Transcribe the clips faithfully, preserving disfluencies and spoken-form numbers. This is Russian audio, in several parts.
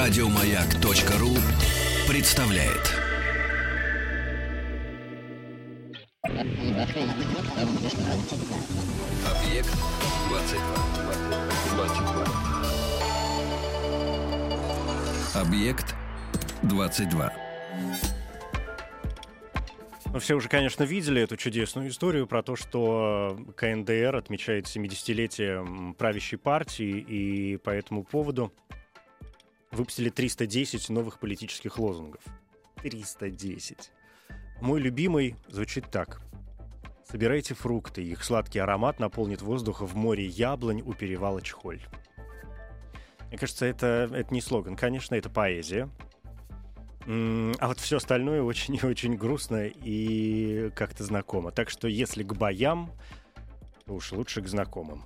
Радиомаяк.ру представляет. Объект двадцать два. Объект двадцать два. Ну, все уже, конечно, видели эту чудесную историю про то, что ка эн дэ эр отмечает семидесятилетие правящей партии, и по этому поводу выпустили триста десять новых политических лозунгов. триста десять. Мой любимый звучит так. Собирайте фрукты, их сладкий аромат наполнит воздух в море яблонь у перевала Чхоль. Мне кажется, это, это не слоган, конечно, это поэзия. А вот все остальное очень и очень грустно и как-то знакомо. Так что если к боям, то уж лучше к знакомым.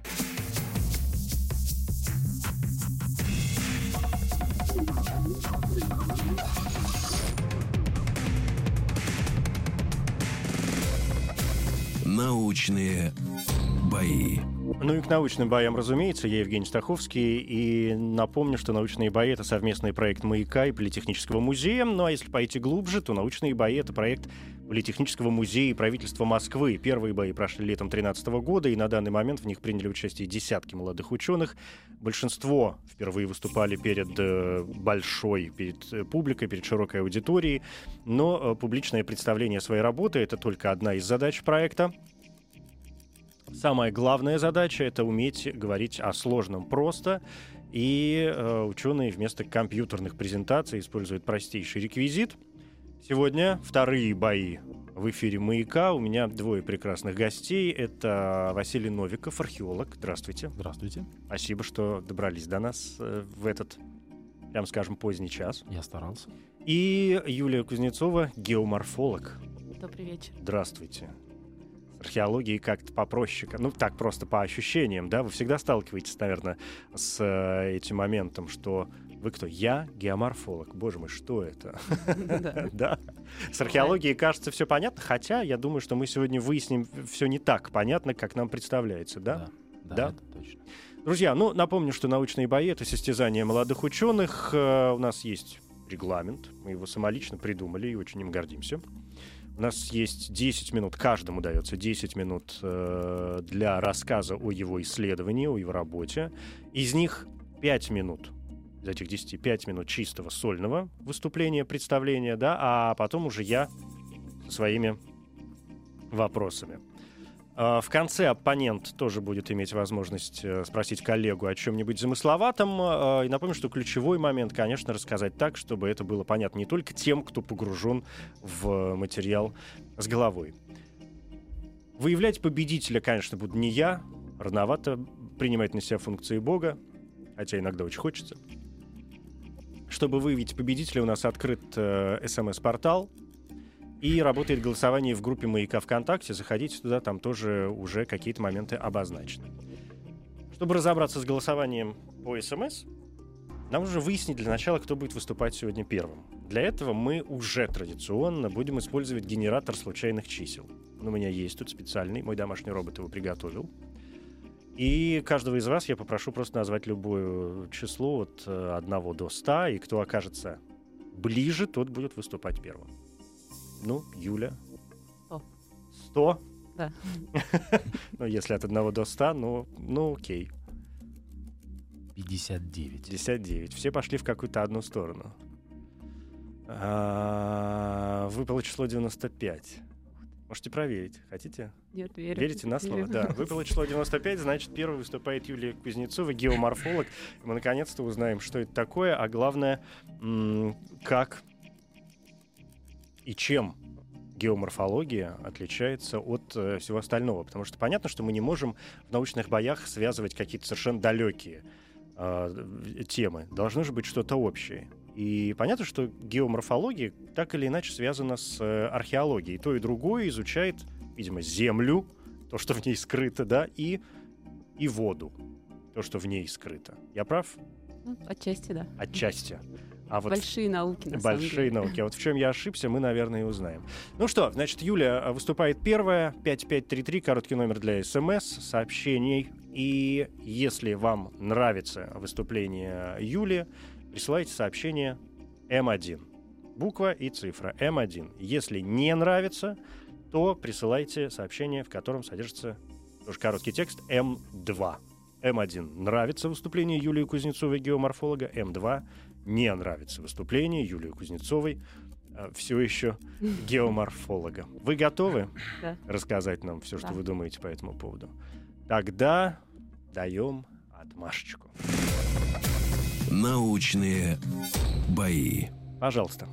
Научные бои. Ну и к научным боям, разумеется, я Евгений Стаховский, и напомню, что научные бои — это совместный проект «Маяка» и Политехнического музея. Ну а если пойти глубже, то научные бои — это проект Политехнического музея и правительства Москвы. Первые бои прошли летом две тысячи тринадцатого года, и на данный момент в них приняли участие десятки молодых ученых. Большинство впервые выступали перед э, большой, перед публикой, перед широкой аудиторией. Но э, публичное представление своей работы — это только одна из задач проекта. Самая главная задача — это уметь говорить о сложном просто, и э, ученые вместо компьютерных презентаций используют простейший реквизит. Сегодня вторые бои в эфире «Маяка». У меня двое прекрасных гостей. Это Василий Новиков, археолог. Здравствуйте. Здравствуйте. Спасибо, что добрались до нас э, в этот, прям скажем, поздний час. Я старался. И Юлия Кузнецова, геоморфолог. Добрый вечер. Здравствуйте. Археологии как-то попроще, ну так просто по ощущениям, да, вы всегда сталкиваетесь, наверное, с э, этим моментом, что вы кто? Я геоморфолог. Боже мой, что это? Да. С археологией, кажется, все понятно, хотя я думаю, что мы сегодня выясним все не так понятно, как нам представляется, да? Да, это точно. Друзья, ну напомню, что научные бои — это состязания молодых ученых. У нас есть регламент, мы его самолично придумали и очень им гордимся. У нас есть десять минут, каждому дается десять минут э, для рассказа о его исследовании, о его работе. Из них пять минут, из этих десяти, пять минут чистого сольного выступления, представления, да, а потом уже я со своими вопросами. Э, в конце оппонент тоже будет иметь возможность э, спросить коллегу о чем-нибудь замысловатом. Э, и напомню, что ключевой момент, конечно, рассказать так, чтобы это было понятно не только тем, кто погружен в материал с головой. Выявлять победителя, конечно, буду не я. Рановато принимать на себя функции Бога, хотя иногда очень хочется. Чтобы выявить победителя, у нас открыт э, эс эм эс-портал. И работает голосование в группе «Маяка» ВКонтакте. Заходите туда, там тоже уже какие-то моменты обозначены. Чтобы разобраться с голосованием по эс эм эс, нам нужно выяснить для начала, кто будет выступать сегодня первым. Для этого мы уже традиционно будем использовать генератор случайных чисел. Он у меня есть тут специальный, мой домашний робот его приготовил. И каждого из вас я попрошу просто назвать любое число от одного до ста, и кто окажется ближе, тот будет выступать первым. Ну, Юля. Сто. Сто? Да. Ну, если от одного до ста, ну, ну окей. пятьдесят девять. пятьдесят девять. Все пошли в какую-то одну сторону. А, выпало число девяносто пять. Можете проверить. Хотите? Нет, верю. Верите на слово? Да. Выпало число девяносто пять, значит, первой выступает Юлия Кузнецова, геоморфолог. Мы наконец-то узнаем, что это такое, а главное, м- как и чем геоморфология отличается от э, всего остального. Потому что понятно, что мы не можем в научных боях связывать какие-то совершенно далекие э, темы. Должно же быть что-то общее. И понятно, что геоморфология так или иначе связана с э, археологией. То и другое изучает, видимо, землю, то, что в ней скрыто, да, и, и воду, то, что в ней скрыто. Я прав? Ну, отчасти, да. Отчасти. А вот большие науки, на большие самом деле. науки. А вот в чем я ошибся, мы, наверное, и узнаем. Ну что, значит, Юля выступает первая. пять пять три три, короткий номер для СМС, сообщений. И если вам нравится выступление Юли, присылайте сообщение эм один. Буква и цифра эм один. Если не нравится, то присылайте сообщение, в котором содержится тоже короткий текст эм два. эм один нравится выступление Юлии Кузнецовой, геоморфолога. эм два не нравится выступление Юлии Кузнецовой, все еще геоморфолога. Вы готовы Да. рассказать нам все, что Да. вы думаете по этому поводу? Тогда даем отмашечку. Научные бои. Пожалуйста.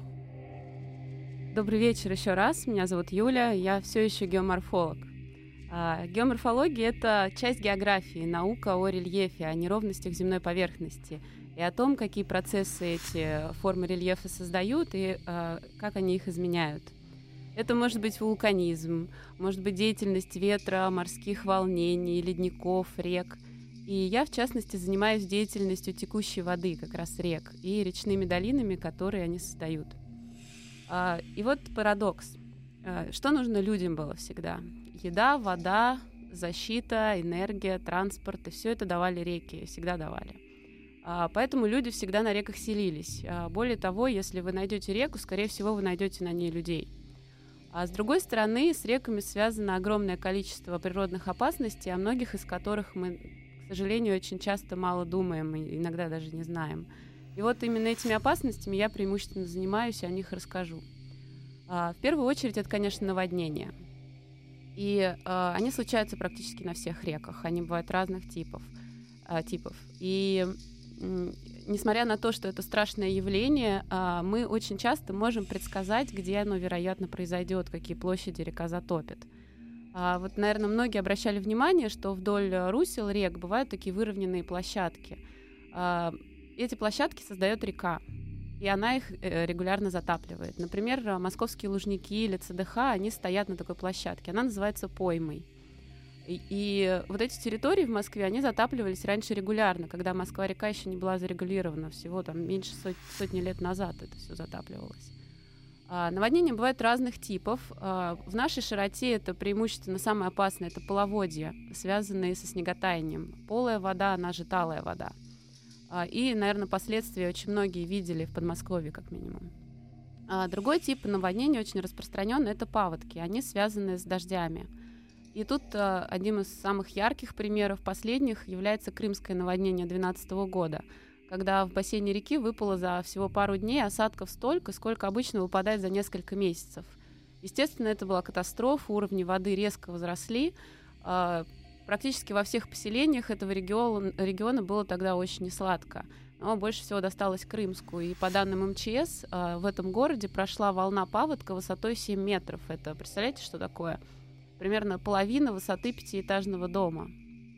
Добрый вечер еще раз. Меня зовут Юля, я все еще геоморфолог. А, геоморфология — это часть географии, наука о рельефе, о неровностях земной поверхности и о том, какие процессы эти формы рельефа создают и а, как они их изменяют. Это может быть вулканизм, может быть деятельность ветра, морских волнений, ледников, рек. И я, в частности, занимаюсь деятельностью текущей воды, как раз рек, и речными долинами, которые они создают. А, и вот парадокс. А, что нужно людям было всегда? Еда, вода, защита, энергия, транспорт, и все это давали реки, всегда давали. А, поэтому люди всегда на реках селились. А, более того, если вы найдете реку, скорее всего, вы найдете на ней людей. А с другой стороны, с реками связано огромное количество природных опасностей, о многих из которых мы, к сожалению, очень часто мало думаем и иногда даже не знаем. И вот именно этими опасностями я преимущественно занимаюсь и о них расскажу. А, в первую очередь, это, конечно, наводнения. И а, они случаются практически на всех реках. Они бывают разных типов. А, типов. И м, несмотря на то, что это страшное явление, а, мы очень часто можем предсказать, где оно, вероятно, произойдет, какие площади река затопит. А, вот, наверное, многие обращали внимание, что вдоль русел рек бывают такие выровненные площадки. А, эти площадки создает река, и она их э, регулярно затапливает. Например, московские Лужники или цэ дэ ха, они стоят на такой площадке. Она называется поймой. И, и вот эти территории в Москве, они затапливались раньше регулярно, когда Москва-река еще не была зарегулирована. Всего там меньше сот, сотни лет назад это все затапливалось. А, наводнения бывают разных типов. А, в нашей широте это преимущественно самое опасное — это половодья, связанные со снеготаянием. Полая вода, она же талая вода. И, наверное, последствия очень многие видели в Подмосковье, как минимум. А другой тип наводнений, очень распространенный, это паводки. Они связаны с дождями. И тут а, одним из самых ярких примеров последних является крымское наводнение две тысячи двенадцатого года, когда в бассейне реки выпало за всего пару дней осадков столько, сколько обычно выпадает за несколько месяцев. Естественно, это была катастрофа, уровни воды резко возросли. А, Практически во всех поселениях этого региона, региона было тогда очень несладко. Но больше всего досталось Крымску. И по данным эм че эс, э, в этом городе прошла волна паводка высотой семь метров. Это, представляете, что такое? Примерно половина высоты пятиэтажного дома.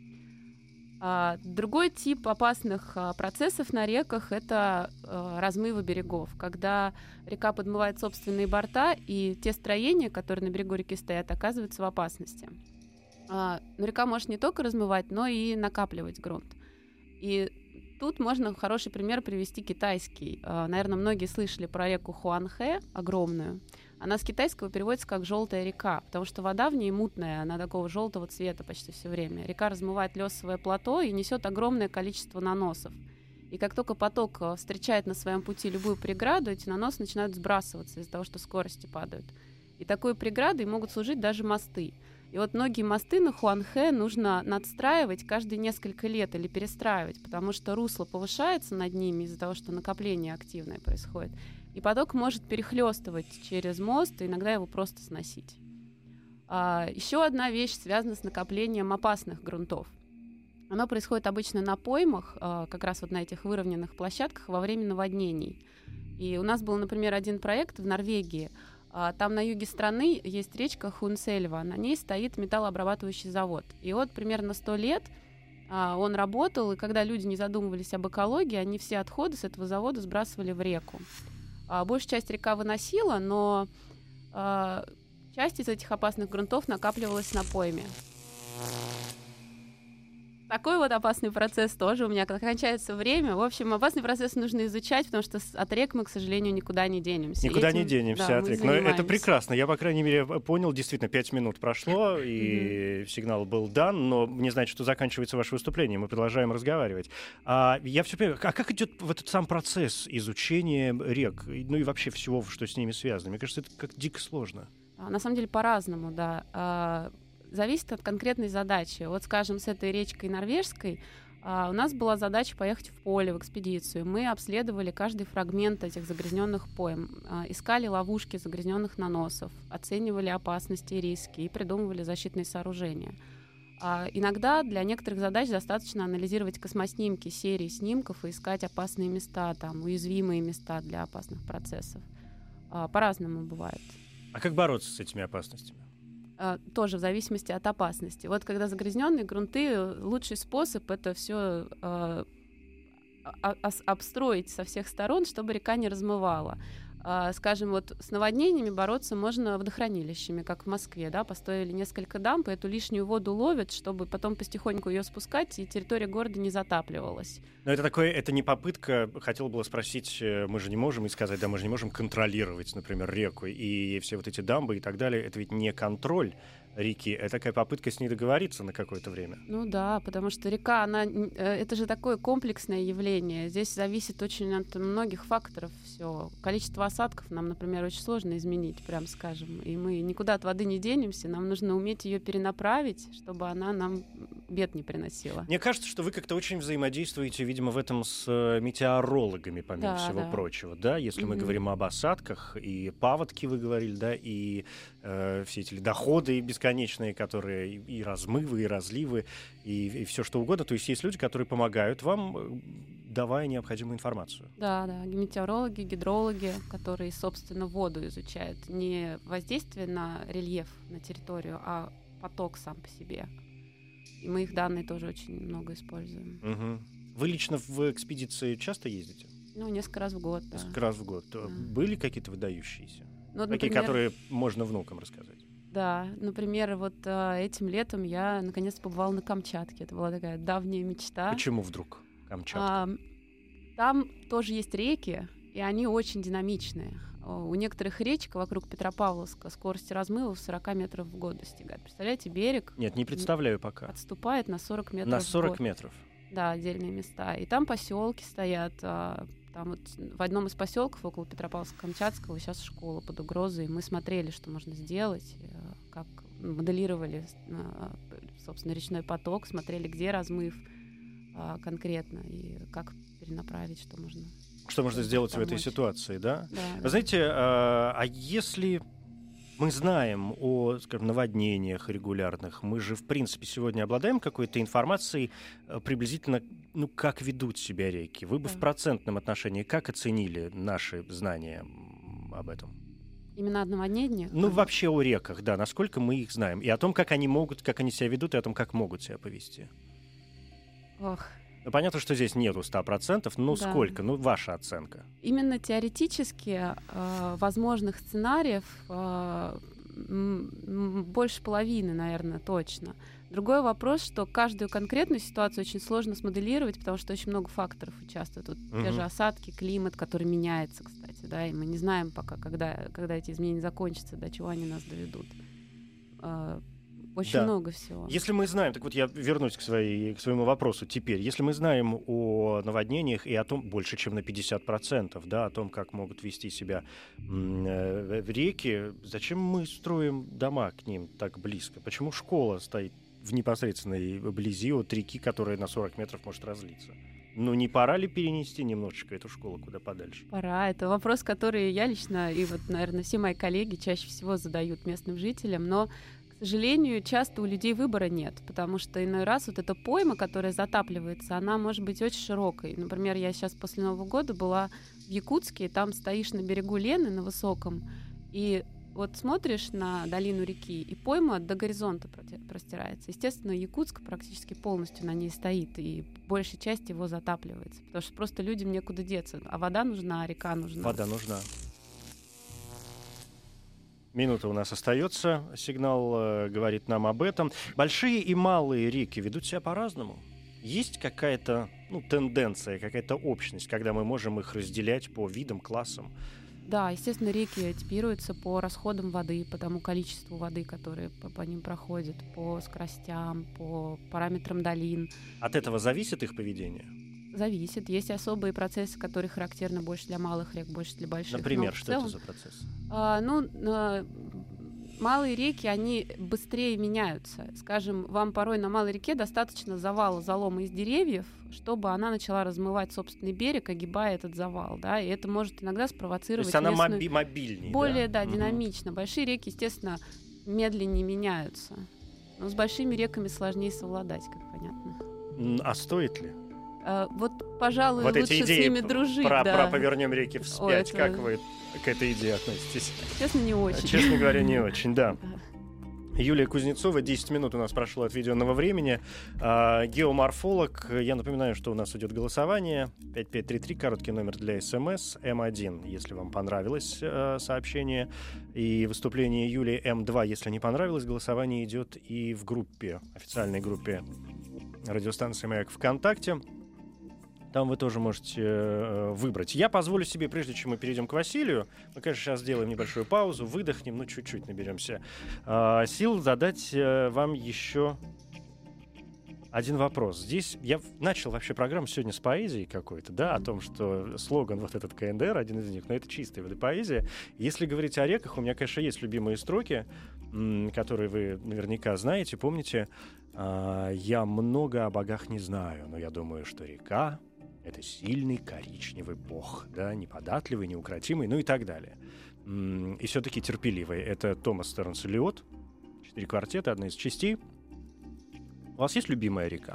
А, другой тип опасных а, процессов на реках — это а, размывы берегов. Когда река подмывает собственные борта, и те строения, которые на берегу реки стоят, оказываются в опасности. Но река может не только размывать, но и накапливать грунт. И тут можно хороший пример привести китайский. Наверное, многие слышали про реку Хуанхэ, огромную. Она с китайского переводится как «желтая река», потому что вода в ней мутная, она такого желтого цвета почти все время. Река размывает лесовое плато и несет огромное количество наносов. И как только поток встречает на своем пути любую преграду, эти наносы начинают сбрасываться из-за того, что скорости падают. И такой преградой могут служить даже мосты. И вот многие мосты на Хуанхэ нужно надстраивать каждые несколько лет или перестраивать, потому что русло повышается над ними из-за того, что накопление активное происходит. И поток может перехлестывать через мост, и иногда его просто сносить. А, еще одна вещь связана с накоплением опасных грунтов. Оно происходит обычно на поймах, а, как раз вот на этих выровненных площадках во время наводнений. И у нас был, например, один проект в Норвегии. Там на юге страны есть речка Хунсельва, на ней стоит металлообрабатывающий завод. И вот примерно сто лет он работал, и когда люди не задумывались об экологии, они все отходы с этого завода сбрасывали в реку. Большую часть река выносила, но часть из этих опасных грунтов накапливалась на пойме. Такой вот опасный процесс тоже у меня, когда кончается время. В общем, опасный процесс нужно изучать, потому что от рек мы, к сожалению, никуда не денемся. Никуда Этим, не денемся да, от рек. Но это прекрасно. Я, по крайней мере, понял, действительно, пять минут прошло, и сигнал был дан, но не значит, что заканчивается ваше выступление. Мы продолжаем разговаривать. А я все понимаю, а как идет в этот сам процесс изучения рек, ну и вообще всего, что с ними связано? Мне кажется, это как дико сложно. На самом деле по-разному, да. Зависит от конкретной задачи. Вот, скажем, с этой речкой Норвежской а, у нас была задача поехать в поле, в экспедицию. Мы обследовали каждый фрагмент этих загрязненных пойм, а, искали ловушки загрязненных наносов, оценивали опасности и риски и придумывали защитные сооружения. А, иногда для некоторых задач достаточно анализировать космоснимки, серии снимков и искать опасные места, там, уязвимые места для опасных процессов. А, по-разному бывает. А как бороться с этими опасностями? Тоже в зависимости от опасности. Вот когда загрязненные грунты, лучший способ это все э, обстроить со всех сторон, чтобы река не размывала. Э, скажем, вот с наводнениями бороться можно водохранилищами, как в Москве, да, построили несколько дамб, и эту лишнюю воду ловят, чтобы потом потихоньку ее спускать, и территория города не затапливалась. Но это такое, это не попытка, хотел было спросить, мы же не можем и сказать, да, мы же не можем контролировать, например, реку и все вот эти дамбы и так далее, это ведь не контроль реки, это такая попытка с ней договориться на какое-то время. Ну да, потому что река, она, это же такое комплексное явление, здесь зависит очень от многих факторов все. Количество осадков нам, например, очень сложно изменить, прям скажем, и мы никуда от воды не денемся, нам нужно уметь ее перенаправить, чтобы она нам бед не приносила. Мне кажется, что вы как-то очень взаимодействуете, видимо, в этом с метеорологами, помимо да, всего да. прочего, да, если mm-hmm. мы говорим об осадках, и паводки, вы говорили, да, и э, все эти ледоходы бесконечные, которые и, и размывы, и разливы, и, и все что угодно, то есть есть люди, которые помогают вам, давая необходимую информацию. Да, да, метеорологи, гидрологи, которые, собственно, воду изучают, не воздействие на рельеф, на территорию, а поток сам по себе. И мы их данные тоже очень много используем. Угу. Вы лично в экспедиции часто ездите? Ну, несколько раз в год, да. Несколько раз в год. Да. Были какие-то выдающиеся? Ну, Такие, например, которые можно внукам рассказать? Да, например, вот этим летом я наконец побывала на Камчатке. Это была такая давняя мечта. Почему вдруг Камчатка? А, там тоже есть реки, и они очень динамичные. У некоторых речек вокруг Петропавловска скорость размыва в сорок метров в год достигает. Представляете, берег... Нет, не представляю пока. Отступает на сорок метров на сорок в год. метров? Да, отдельные места. И там поселки стоят. Там вот в одном из поселков около Петропавловска-Камчатского сейчас школа под угрозой. Мы смотрели, что можно сделать, как моделировали, собственно, речной поток, смотрели, где размыв конкретно и как перенаправить, что можно... Что можно сделать помочь в этой ситуации, да? Да, Вы да. знаете, а, а если мы знаем о, скажем, наводнениях регулярных, мы же, в принципе, сегодня обладаем какой-то информацией приблизительно, ну, как ведут себя реки. Вы бы да. в процентном отношении как оценили наши знания об этом? Именно о наводнениях? Ну, вообще о реках, да, насколько мы их знаем. И о том, как они могут, как они себя ведут, и о том, как могут себя повести. Ох... Ну, понятно, что здесь нету ста процентов, но да. сколько? Ну, ваша оценка. Именно теоретически э, возможных сценариев э, м- больше половины, наверное, точно. Другой вопрос, что каждую конкретную ситуацию очень сложно смоделировать, потому что очень много факторов участвует. Вот угу. те же осадки, климат, который меняется, кстати, да, и мы не знаем пока, когда, когда эти изменения закончатся, до чего они нас доведут. Э, Очень да. много всего. Если мы знаем, так вот я вернусь к, своей, к своему вопросу теперь. Если мы знаем о наводнениях и о том, больше чем на пятьдесят процентов, да, о том, как могут вести себя э, реки, зачем мы строим дома к ним так близко? Почему школа стоит в непосредственной близи от реки, которая на сорок метров может разлиться? Ну, не пора ли перенести немножечко эту школу куда подальше? Пора. Это вопрос, который я лично и вот, наверное, все мои коллеги чаще всего задают местным жителям, но к сожалению, часто у людей выбора нет, потому что иной раз вот эта пойма, которая затапливается, она может быть очень широкой. Например, я сейчас после Нового года была в Якутске, и там стоишь на берегу Лены, на высоком, и вот смотришь на долину реки, и пойма до горизонта простирается. Естественно, Якутск практически полностью на ней стоит, и большая часть его затапливается, потому что просто людям некуда деться. А вода нужна, река нужна. Вода нужна. Минута у нас остается. Сигнал э, говорит нам об этом. Большие и малые реки ведут себя по-разному. есть какая-то ну, тенденция, какая-то общность, когда мы можем их разделять по видам, классам? Да, естественно, реки типируются по расходам воды, по тому количеству воды, которые по, по ним проходят, по скоростям, по параметрам долин. От этого зависит их поведение? Зависит. Есть особые процессы, которые характерны больше для малых рек, больше для больших. Например, Но что целом, это за процесс? А, ну, а, малые реки, они быстрее меняются. Скажем, вам порой на малой реке достаточно завала, залома из деревьев, чтобы она начала размывать собственный берег, огибая этот завал, да, и это может иногда спровоцировать. То есть она местную... моби- мобильнее, более, да, да, угу. динамично. Большие реки, естественно, медленнее меняются. Но с большими реками сложнее совладать, как понятно. А стоит ли? А, вот, пожалуй, вот лучше эти идеи с ними дружить. Про, да. про повернем реки вспять. Ой, это... Как вы к этой идее относитесь? Честно, не очень. Честно говоря, не очень, да. Юлия Кузнецова, десять минут у нас прошло отведенного времени. А, геоморфолог. Я напоминаю, что у нас идет голосование. пять пять три три, короткий номер для СМС. эм один, если вам понравилось а, сообщение. И выступление Юлии. эм два, если не понравилось. Голосование идет и в группе, официальной группе радиостанции «Маяк» ВКонтакте. Там вы тоже можете э, выбрать. Я позволю себе, прежде чем мы перейдем к Василию, мы, конечно, сейчас сделаем небольшую паузу, выдохнем, ну, чуть-чуть наберемся э, сил, задать э, вам еще один вопрос. Здесь я начал вообще программу сегодня с поэзии какой-то, да, о том, что слоган вот этот ка эн дэ эр, один из них, но это чистая водопоэзия. Если говорить о реках, у меня, конечно, есть любимые строки, м- которые вы наверняка знаете, помните. Э, «Я много о богах не знаю, но я думаю, что река — это сильный коричневый бог, да, неподатливый, неукротимый, ну и так далее. И все-таки терпеливый. Это Томас Тернс Элиот. Четыре квартета, одна из частей. У вас есть любимая река?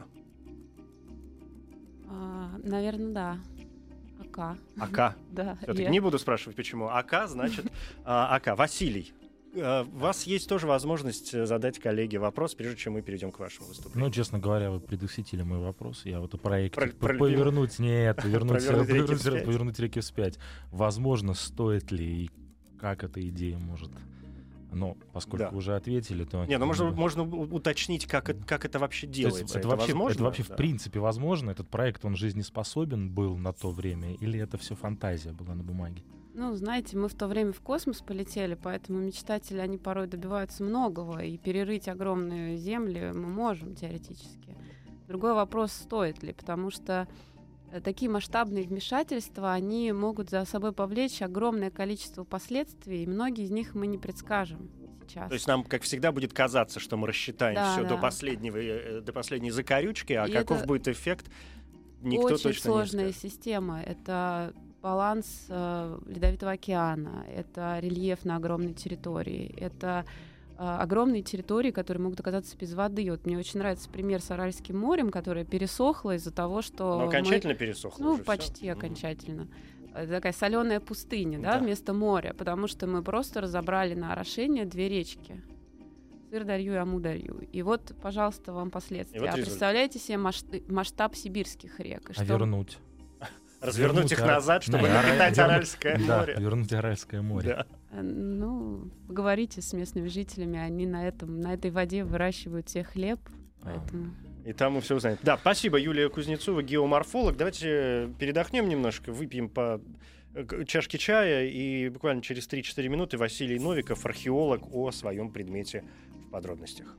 А, наверное, да. Ака. Ака? Да. Все-таки я... не буду спрашивать, почему. Ака, значит, Ака. Василий. У вас есть тоже возможность задать коллеге вопрос, прежде чем мы перейдем к вашему выступлению. Ну, честно говоря, вы предвосхитили мой вопрос. Я вот о проекте про, про повернуть, нет, повернуть, повернуть, реки повернуть, повернуть реки вспять. Возможно, стоит ли и как эта идея может... Но поскольку да. уже ответили, то... Не, ну можно, можно уточнить, как это, как это вообще делается. Это, это вообще, возможно? это вообще да. в принципе возможно? Этот проект, он жизнеспособен был на то время? Или это все фантазия была на бумаге? Ну, знаете, мы в то время в космос полетели, поэтому мечтатели, они порой добиваются многого, и перерыть огромные земли мы можем теоретически. Другой вопрос, стоит ли, потому что такие масштабные вмешательства, они могут за собой повлечь огромное количество последствий, и многие из них мы не предскажем сейчас. То есть нам, как всегда, будет казаться, что мы рассчитаем да, все да. до последнего, до последней закорючки, а и каков будет эффект, никто очень точно не сложная скажет. система. Это баланс э, Ледовитого океана, это рельеф на огромной территории, это э, огромные территории, которые могут оказаться без воды. Вот мне очень нравится пример с Аральским морем, которое пересохло из-за того, что... Но окончательно мы... пересохло Ну, уже почти всё. окончательно. Это такая соленая пустыня, да, Да. вместо моря, потому что мы просто разобрали на орошение две речки. Сырдарью и Амударью. И вот, пожалуйста, вам последствия. вот а результат. Представляете себе масштаб, масштаб сибирских рек? И А что... вернуть? Развернуть их Ара- назад, чтобы Не, ара- напитать вернуть- Аральское да, море. вернуть Аральское море. Да. Э, Ну, поговорите с местными жителями, они на этом, на этой воде выращивают себе хлеб, поэтому... И там мы все узнаем. Да, спасибо, Юлия Кузнецова, геоморфолог. Давайте передохнем немножко, выпьем по чашке чая, и буквально через три-четыре минуты Василий Новиков, археолог, о своем предмете в подробностях.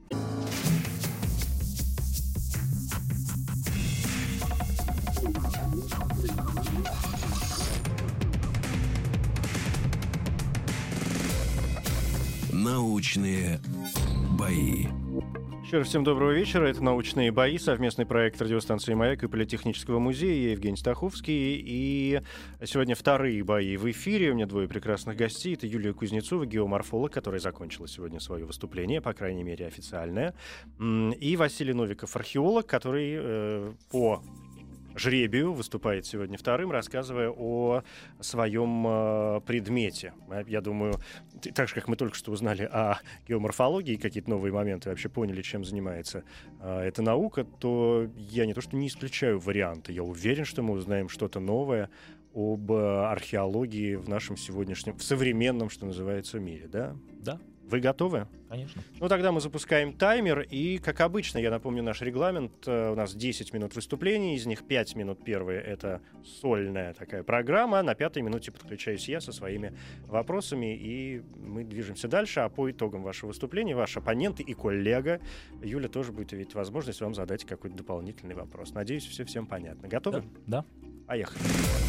Научные бои. Еще раз всем доброго вечера. Это «Научные бои», совместный проект радиостанции «Маяк» и Политехнического музея. Я Евгений Стаховский. И сегодня вторые бои в эфире. У меня двое прекрасных гостей. Это Юлия Кузнецова, геоморфолог, которая закончила сегодня свое выступление, по крайней мере, официальное. И Василий Новиков, археолог, который э, по жребию выступает сегодня вторым, рассказывая о своем э, предмете. Я думаю, так же, как мы только что узнали о геоморфологии, какие-то новые моменты, вообще поняли, чем занимается э, эта наука, то я не то что не исключаю варианты. Я уверен, что мы узнаем что-то новое об э, археологии в нашем сегодняшнем, в современном, что называется, мире, да? Да. Вы готовы? Конечно. Ну, тогда мы запускаем таймер, и, как обычно, я напомню наш регламент, э, у нас десять минут выступлений, из них пять минут первые — это сольная такая программа, на пятой минуте подключаюсь я со своими вопросами, и мы движемся дальше, а по итогам вашего выступления ваш оппонент и коллега Юля тоже будет иметь возможность вам задать какой-то дополнительный вопрос. Надеюсь, все всем понятно. Готовы? Да. Да. Поехали.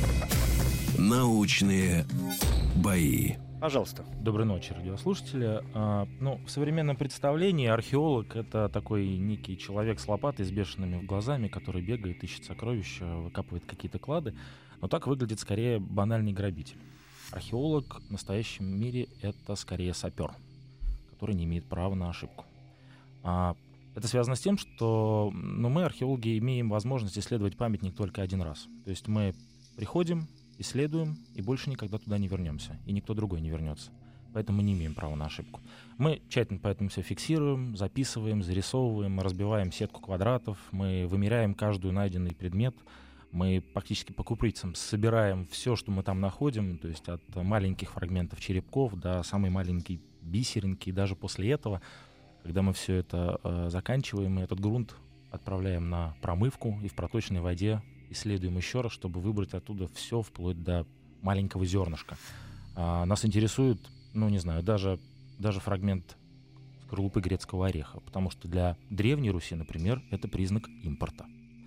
Научные бои. Пожалуйста. Доброй ночи, радиослушатели. А, ну, в современном представлении археолог — это такой некий человек с лопатой, с бешеными глазами, который бегает, ищет сокровища, выкапывает какие-то клады. Но так выглядит скорее банальный грабитель. Археолог в настоящем мире — это скорее сапер, который не имеет права на ошибку. А, это связано с тем, что ну, мы, археологи, имеем возможность исследовать памятник только один раз. То есть мы приходим, исследуем и больше никогда туда не вернемся, и никто другой не вернется. Поэтому мы не имеем права на ошибку. Мы тщательно поэтому все фиксируем, записываем, зарисовываем, мы разбиваем сетку квадратов, мы вымеряем каждый найденный предмет, мы практически по крупицам собираем все, что мы там находим, то есть от маленьких фрагментов черепков до самой маленькой бисеринки. И даже после этого, когда мы все это э, заканчиваем, мы этот грунт отправляем на промывку и в проточной воде исследуем еще раз, чтобы выбрать оттуда все, вплоть до маленького зернышка. А, нас интересует, ну, не знаю, даже, даже фрагмент скорлупы грецкого ореха, потому что для Древней Руси, например, это признак импорта.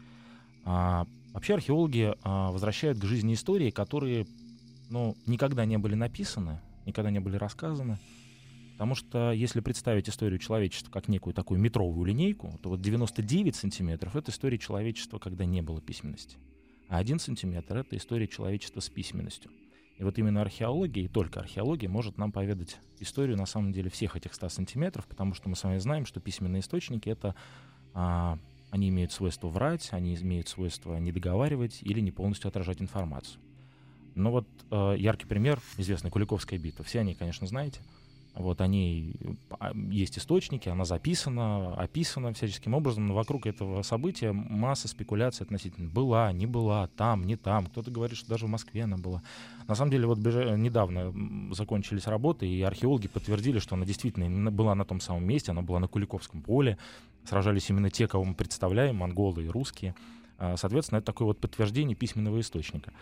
А, вообще археологи а, возвращают к жизни истории, которые, ну, никогда не были написаны, никогда не были рассказаны. Потому что если представить историю человечества как некую такую метровую линейку, то вот девяносто девять сантиметров — это история человечества, когда не было письменности. А один сантиметр — это история человечества с письменностью. И вот именно археология, и только археология, может нам поведать историю, на самом деле, всех этих ста сантиметров, потому что мы с вами знаем, что письменные источники — это а, они имеют свойство врать, они имеют свойство недоговаривать или не полностью отражать информацию. Но вот а, яркий пример — известная Куликовская битва. Все они, конечно, знаете. Вот они, есть источники, она записана, описана всяческим образом, но вокруг этого события масса спекуляций относительно была, не была, там, не там. Кто-то говорит, что даже в Москве она была. На самом деле, вот недавно закончились работы, и археологи подтвердили, что она действительно была на том самом месте, она была на Куликовском поле. Сражались именно те, кого мы представляем, монголы и русские. Соответственно, это такое вот подтверждение письменного источника.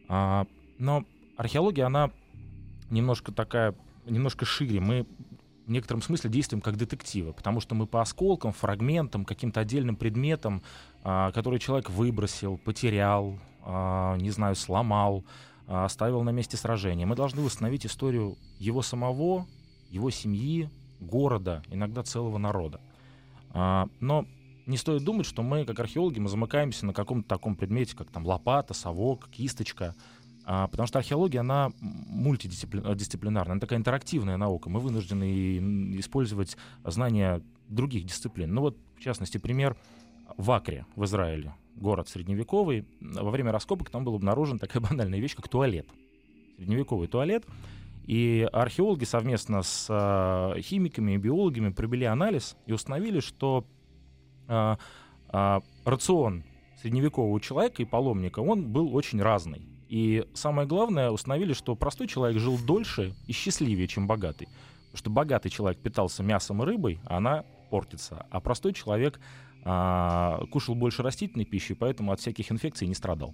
Но археология, она немножко такая... немножко шире. Мы в некотором смысле действуем как детективы, потому что мы по осколкам, фрагментам, каким-то отдельным предметам, а, который человек выбросил, потерял, а, не знаю, сломал, а, оставил на месте сражения, мы должны восстановить историю его самого, его семьи, города, иногда целого народа. А, но не стоит думать, что мы, как археологи, мы замыкаемся на каком-то таком предмете, как там лопата, совок, кисточка. А, потому что археология, она мультидисциплинарная, она такая интерактивная наука. Мы вынуждены использовать знания других дисциплин. Ну вот, в частности, пример в Акре, в Израиле, город средневековый. Во время раскопок там была обнаружена такая банальная вещь, как туалет. Средневековый туалет. И археологи совместно с а, химиками и биологами провели анализ и установили, что а, а, рацион средневекового человека и паломника, он был очень разный. И самое главное, установили, что простой человек жил дольше и счастливее, чем богатый. Потому что богатый человек питался мясом и рыбой, а она портится. А простой человек а, кушал больше растительной пищи, поэтому от всяких инфекций не страдал.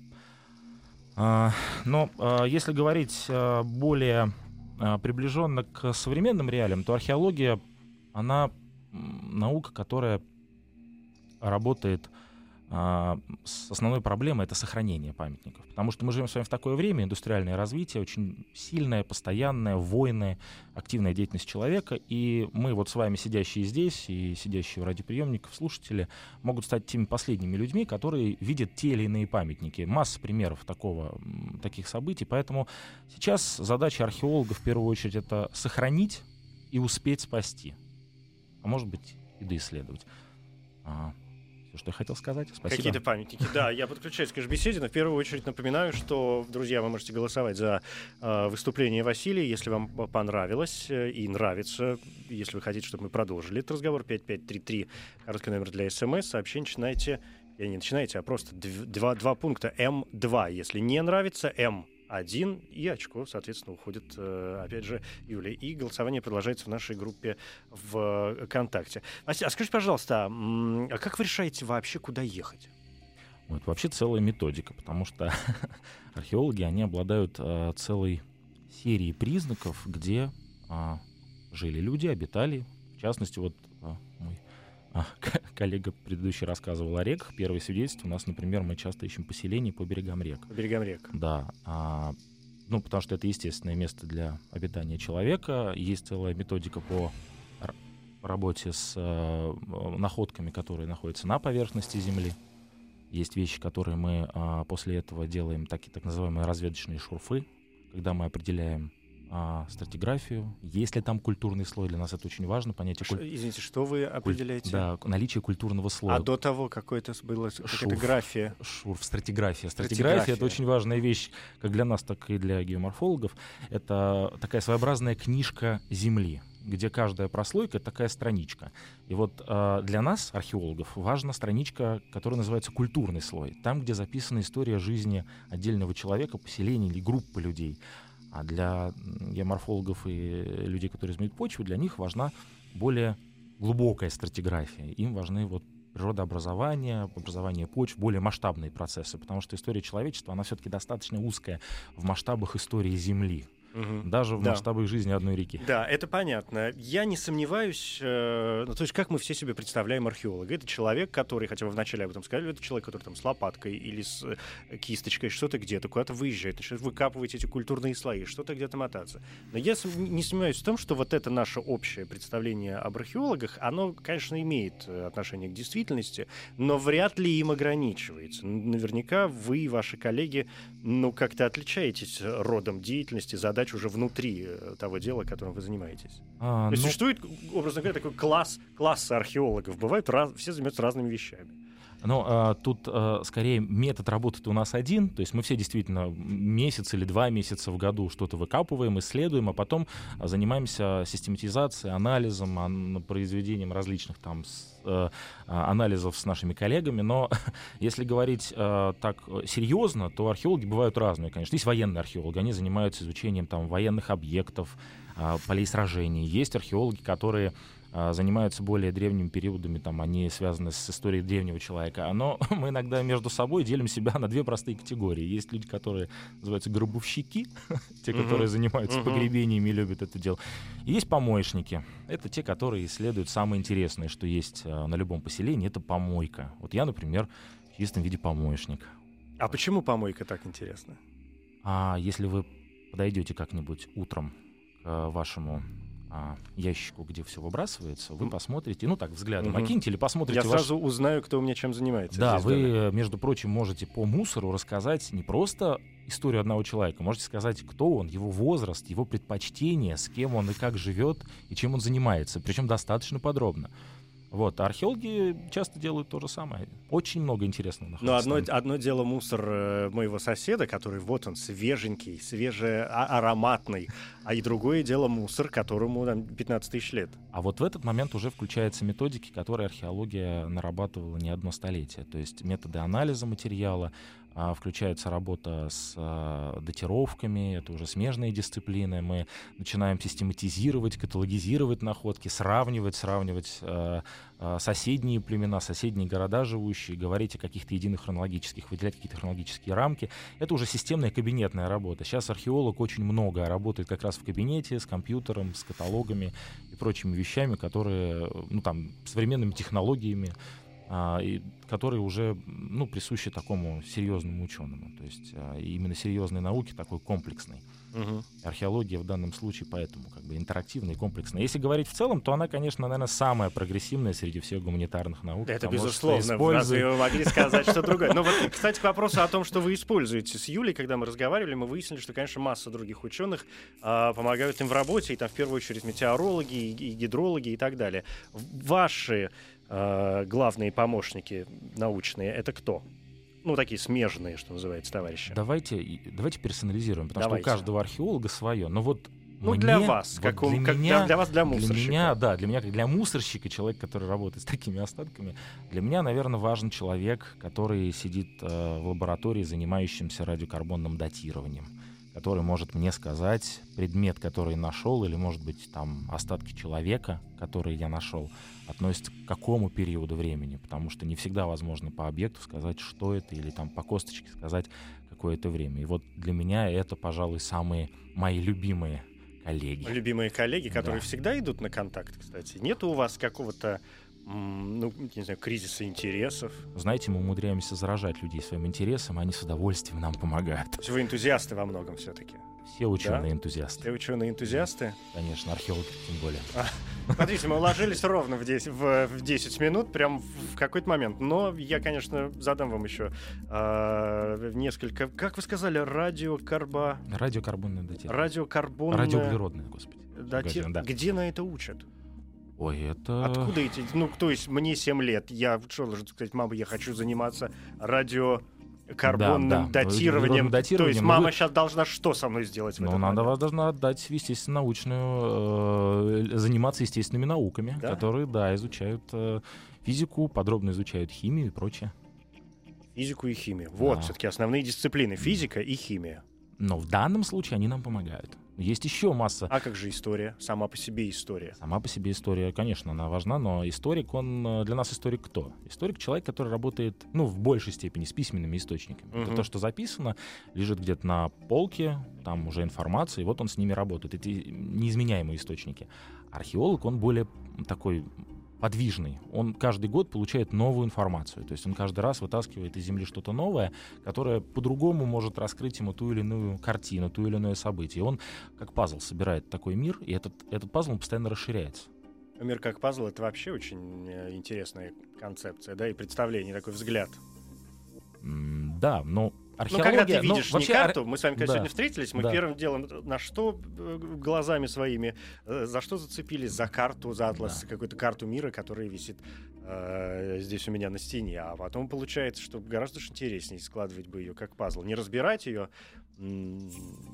А, но а, если говорить а, более а, приближенно к современным реалиям, то археология, она наука, которая работает... с основной проблемой — это сохранение памятников. Потому что мы живем с вами в такое время, индустриальное развитие, очень сильное, постоянное, войны, активная деятельность человека, и мы вот с вами, сидящие здесь и сидящие у радиоприемников, слушатели, могут стать теми последними людьми, которые видят те или иные памятники. Масса примеров такого, таких событий, поэтому сейчас задача археолога в первую очередь — это сохранить и успеть спасти, а может быть и доисследовать. Что я хотел сказать. Спасибо. Какие-то памятники. Да, я подключаюсь к беседе, но в первую очередь напоминаю, что, друзья, вы можете голосовать за э, выступление Василия, если вам понравилось э, и нравится, если вы хотите, чтобы мы продолжили этот разговор. пять пять три три, короткий номер для СМС. Сообщение начинаете, и не начинаете, а просто два, два пункта эм два. Если не нравится, эм один, и очко, соответственно, уходит, опять же, Юлия. И голосование продолжается в нашей группе в ВКонтакте. А скажите, пожалуйста, а как вы решаете вообще, куда ехать? Это вообще целая методика, потому что археологи, они обладают а, целой серией признаков, где а, жили люди, обитали. В частности, вот а, мой а, коллега предыдущий рассказывал о реках. Первое свидетельство у нас, например, мы часто ищем поселения по берегам рек. По берегам рек. Да. А, ну, потому что это естественное место для обитания человека. Есть целая методика по работе с а, находками, которые находятся на поверхности Земли. Есть вещи, которые мы а, после этого делаем, так, так называемые разведочные шурфы, когда мы определяем а, стратиграфию. Есть ли там культурный слой? Для нас это очень важно. Понятие Ш, куль... Извините, что вы определяете? Да, наличие культурного слоя. А до того какой-то была какая-то графия? Шурф, стратиграфия. Стратиграфия — это очень важная вещь как для нас, так и для геоморфологов. Это такая своеобразная книжка Земли, где каждая прослойка — такая страничка. И вот э, для нас, археологов, важна страничка, которая называется культурный слой. Там, где записана история жизни отдельного человека, поселения или группы людей. А для геоморфологов и людей, которые измеряют почву, для них важна более глубокая стратиграфия. Им важны вот природообразование, образование почв, более масштабные процессы, потому что история человечества, она все-таки достаточно узкая в масштабах истории Земли. Угу. Даже в да. масштабах жизни одной реки. Да, это понятно. Я не сомневаюсь, э, ну, то есть как мы все себе представляем археолога. Это человек, который, хотя вы вначале об этом сказали, это человек, который там с лопаткой или с э, кисточкой что-то где-то куда-то выезжает, начинает выкапывать эти культурные слои, что-то где-то мотаться. Но я сом- не сомневаюсь в том, что вот это наше общее представление об археологах, оно, конечно, имеет отношение к действительности, но вряд ли им ограничивается. Наверняка вы и ваши коллеги, ну, как-то отличаетесь родом деятельности, задач уже внутри того дела, которым вы занимаетесь. А, То есть ну... существует, образно говоря, такой класс, класс археологов. Бывают раз, все занимаются разными вещами. Ну, а, тут а, скорее метод работы у нас один, то есть мы все действительно месяц или два месяца в году что-то выкапываем, исследуем, а потом а, занимаемся систематизацией, анализом, ан- произведением различных там с, а, анализов с нашими коллегами. Но если говорить а, так серьезно, то археологи бывают разные, конечно. Есть военные археологи, они занимаются изучением там военных объектов, а, полей сражений. Есть археологи, которые занимаются более древними периодами, там, они связаны с историей древнего человека. Но мы иногда между собой делим себя на две простые категории. Есть люди, которые называются гробовщики, те, которые занимаются погребениями и любят это дело. И есть помоечники. Это те, которые исследуют самое интересное, что есть на любом поселении, это помойка. Вот я, например, в чистом виде помоечник. А почему помойка так интересна? А если вы подойдете как-нибудь утром к вашему А, ящику, где все выбрасывается, вы посмотрите, ну так, взглядом угу. окиньте или посмотрите. Я ваш... сразу узнаю, кто у меня чем занимается. Да, вы, дома. между прочим, можете по мусору рассказать не просто историю одного человека, можете сказать, кто он, его возраст, его предпочтения, с кем он и как живет, и чем он занимается, причем достаточно подробно. Вот, а археологи часто делают то же самое. Очень много интересного находится. Но одно, одно дело мусор э, моего соседа, который вот он, свеженький, свежеароматный, а и другое дело мусор, которому там пятнадцать тысяч лет. А вот в этот момент уже включаются методики, которые археология нарабатывала не одно столетие. То есть методы анализа материала, а, включается работа с а, датировками, это уже смежные дисциплины. Мы начинаем систематизировать, каталогизировать находки, сравнивать, сравнивать а, а, соседние племена, соседние города живущие, говорить о каких-то единых хронологических, выделять какие-то хронологические рамки. Это уже системная кабинетная работа. Сейчас археолог очень много работает как раз в кабинете, с компьютером, с каталогами и прочими вещами, которые, ну там, современными технологиями, А, и, которые уже ну, присущи такому серьезному ученому. То есть а, именно серьезной науке, такой комплексной. Угу. Археология в данном случае поэтому как бы интерактивная и комплексная. Если говорить в целом, то она, конечно, наверное, самая прогрессивная среди всех гуманитарных наук. Это безусловно. Использует... Разве вы могли сказать что другое? Но вот, кстати, к вопросу о том, что вы используете. С Юлей, когда мы разговаривали, мы выяснили, что, конечно, масса других ученых а, помогают им в работе, и там в первую очередь метеорологи, и, и гидрологи и так далее. Ваши а, главные помощники научные — это кто? Ну, такие смежные, что называется, товарищи. Давайте, давайте персонализируем, потому давайте. что у каждого археолога свое. Но вот ну, мне, для вас, вот как, для, у, как меня, для, для вас, для мусорщика. Для меня, да, для меня, как для мусорщика, человек, который работает с такими остатками, для меня, наверное, важен человек, который сидит э, в лаборатории, занимающимся радиокарбонным датированием. который может мне сказать предмет, который нашел, или, может быть, там остатки человека, которые я нашел, относятся к какому периоду времени, потому что не всегда возможно по объекту сказать, что это, или там по косточке сказать какое-то время. И вот для меня это, пожалуй, самые мои любимые коллеги. Любимые коллеги, которые Да. всегда идут на контакт, кстати. Нет у вас какого-то, м, ну, не знаю, кризиса интересов? Знаете, мы умудряемся заражать людей своим интересом, и они с удовольствием нам помогают. То есть вы энтузиасты во многом все-таки? Все ученые-энтузиасты. Все ученые-энтузиасты? Конечно, археологи тем более. Смотрите, мы уложились ровно в десять, в, в десять минут, прям в какой-то момент. Но я, конечно, задам вам еще э, несколько... Как вы сказали, радиокарба... Радиокарбонная датировка. Радиокарбонная... Радиоуглеродная, господи. дати- Да. Где на это учат? Ой, это... Откуда эти... Ну, то есть мне семь лет. Я что должен сказать, мама, я хочу заниматься радиокарбонным Да, да. датированием. Углеродным То есть датированием, мама ну вы- сейчас должна что со мной сделать в Ну, этот надо момент? вас должна отдать, естественно, научную, э, заниматься естественными науками, Да? которые, да, изучают э, физику, подробно изучают химию и прочее. Физику и химию. Вот Да. все-таки основные дисциплины. Физика и химия. Но в данном случае они нам помогают. Есть еще масса. А как же история? Сама по себе история. Сама по себе история, конечно, она важна, но историк, он э, для нас историк кто? Историк — человек, который работает, ну, в большей степени с письменными источниками. Мгм. Это то, что записано, лежит где-то на полке, там уже информация, и вот он с ними работает. Это неизменяемые источники. Археолог, он более такой подвижный. Он каждый год получает новую информацию. То есть он каждый раз вытаскивает из земли что-то новое, которое по-другому может раскрыть ему ту или иную картину, ту или иное событие. И он, как пазл, собирает такой мир, и этот, этот пазл он постоянно расширяется. Мир как пазл — это вообще очень э, интересная концепция, да, и представление, такой взгляд. М, Да, но Ну, археология... когда ты ну, видишь вообще не ар- карту, мы с вами, когда Да. сегодня встретились, мы Да. первым делом на что э, глазами своими, э, за что зацепились? За карту, за атлас, Да. какую-то карту мира, которая висит э, здесь у меня на стене. А потом получается, что гораздо же интереснее складывать бы ее как пазл. Не разбирать ее, м,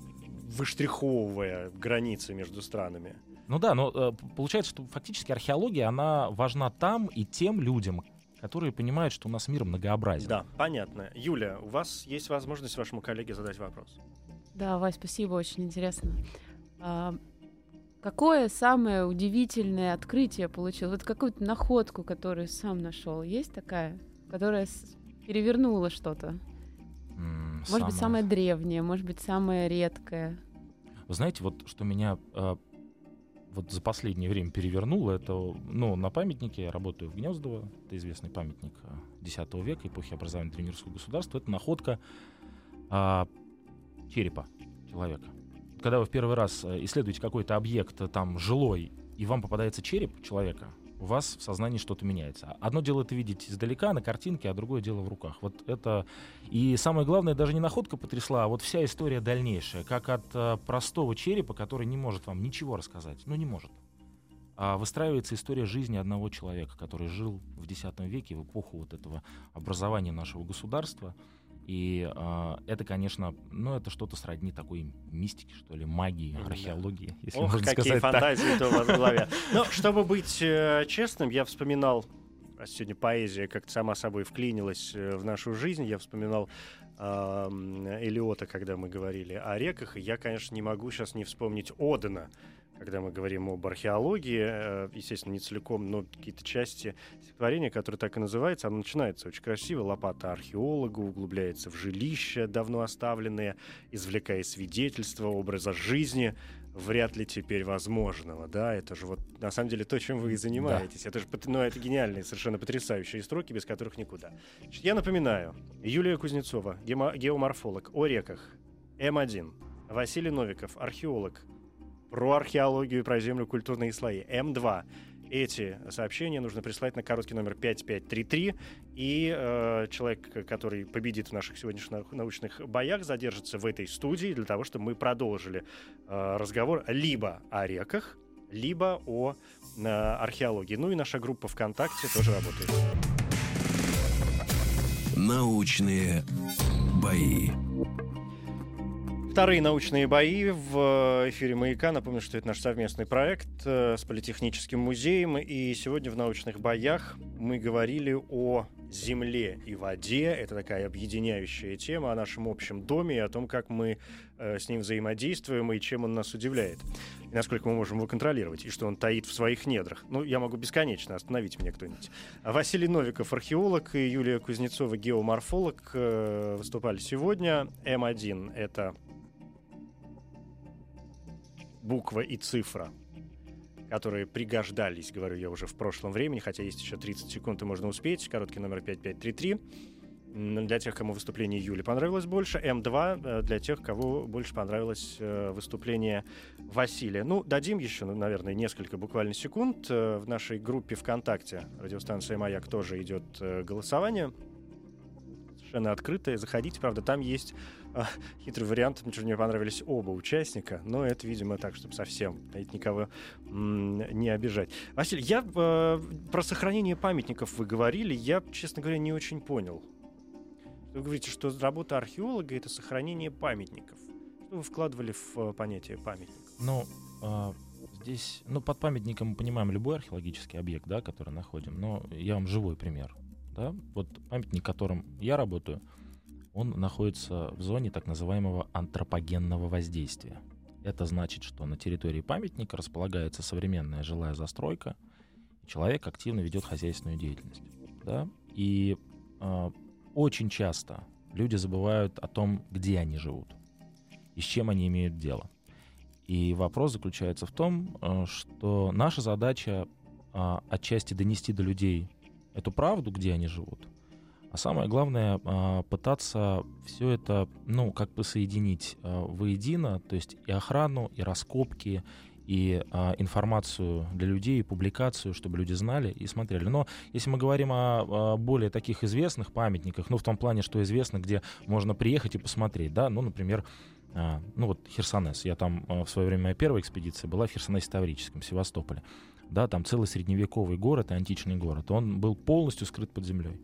выштриховывая границы между странами. Ну да, но э, п- получается, что фактически археология, она важна там и тем людям, которые понимают, что у нас мир многообразен. Да, понятно. Юля, у вас есть возможность вашему коллеге задать вопрос. Да, Вась, спасибо, очень интересно. А, какое самое удивительное открытие получил? Вот какую-то находку, которую сам нашел, есть такая, которая с- перевернула что-то? М, Может самое- быть, самое древнее, может быть, самое редкое. Вы знаете, вот что меня э, вот за последнее время перевернуло, это, ну, на памятнике, я работаю в Гнездово, это известный памятник э, десятого века, эпохи образования древнерусского государства, это находка э, черепа человека. Когда вы в первый раз э, исследуете какой-то объект, э, там, жилой, и вам попадается череп человека, у вас в сознании что-то меняется. Одно дело это видеть издалека, на картинке, а другое дело в руках. Вот это... И самое главное, даже не находка потрясла, а вот вся история дальнейшая. Как от э, простого черепа, который не может вам ничего рассказать. Ну, не может. А выстраивается история жизни одного человека, который жил в десятом веке, в эпоху вот этого образования нашего государства. И э, это, конечно, ну, это что-то сродни такой мистики, что ли, магии, Да. археологии, если Ох, можно какие сказать так. фантазии-то у вас в голове. Но, чтобы быть э, честным, я вспоминал, а сегодня поэзия как-то сама собой вклинилась э, в нашу жизнь, я вспоминал э, Элиота, когда мы говорили о реках, и я, конечно, не могу сейчас не вспомнить Одена, когда мы говорим об археологии, э, естественно, не целиком, но какие-то части стихотворения, которое так и называется, оно начинается очень красиво. Лопата археолога углубляется в жилища, давно оставленные, извлекая свидетельства образа жизни, вряд ли теперь возможного, да, это же вот на самом деле то, чем вы и занимаетесь. Это же, пот- ну, это гениальные, совершенно потрясающие строки, без которых никуда. Значит, я напоминаю, Юлия Кузнецова, гемо- геоморфолог, о реках, эм один, Василий Новиков, археолог, про археологию и про землю, культурные слои, эм два. Эти сообщения нужно прислать на короткий номер пять пять три три, и э, человек, который победит в наших сегодняшних научных боях, задержится в этой студии для того, чтобы мы продолжили э, разговор либо о реках, либо о э, археологии. Ну и наша группа ВКонтакте тоже работает. Научные бои. Вторые научные бои в эфире «Маяка». Напомню, что это наш совместный проект э, с Политехническим музеем. И сегодня в научных боях мы говорили о земле и воде. Это такая объединяющая тема о нашем общем доме и о том, как мы э, с ним взаимодействуем и чем он нас удивляет. И насколько мы можем его контролировать, и что он таит в своих недрах. Ну, я могу бесконечно, остановить меня кто-нибудь. Василий Новиков, археолог, и Юлия Кузнецова, геоморфолог, э, выступали сегодня. эм один — это буква и цифра, которые пригождались, говорю я уже в прошлом времени, хотя есть еще тридцать секунд, и можно успеть. Короткий номер пять пять три три. Для тех, кому выступление Юли понравилось больше. эм два для тех, кого больше понравилось выступление Василия. Ну, дадим еще, наверное, несколько буквально секунд. В нашей группе ВКонтакте радиостанция «Маяк» тоже идет голосование. Совершенно открытое. Заходите, правда, там есть э, хитрый вариант. Мне не понравились оба участника, но это, видимо, так, чтобы совсем знаете, никого м- не обижать. Василий, я э, про сохранение памятников вы говорили, я, честно говоря, не очень понял. Вы говорите, что работа археолога — это сохранение памятников. Что вы вкладывали в э, понятие памятник? Ну, э, здесь, ну, под памятником мы понимаем любой археологический объект, да, который находим, но я вам живой пример. Да? Вот памятник, которым я работаю, он находится в зоне так называемого антропогенного воздействия. Это значит, что на территории памятника располагается современная жилая застройка, и человек активно ведет хозяйственную деятельность. Да? И э, очень часто люди забывают о том, где они живут и с чем они имеют дело. И вопрос заключается в том, э, что наша задача э, отчасти донести до людей эту правду, где они живут. А самое главное, пытаться все это, ну, как бы соединить воедино, то есть и охрану, и раскопки, и информацию для людей, и публикацию, чтобы люди знали и смотрели. Но если мы говорим о более таких известных памятниках, ну, в том плане, что известно, где можно приехать и посмотреть, да, ну, например, ну, вот Херсонес. Я там в свое время, моя первая экспедиция была в Херсонесе Таврическом, в Севастополе. Да, там целый средневековый город и античный город. Он был полностью скрыт под землей.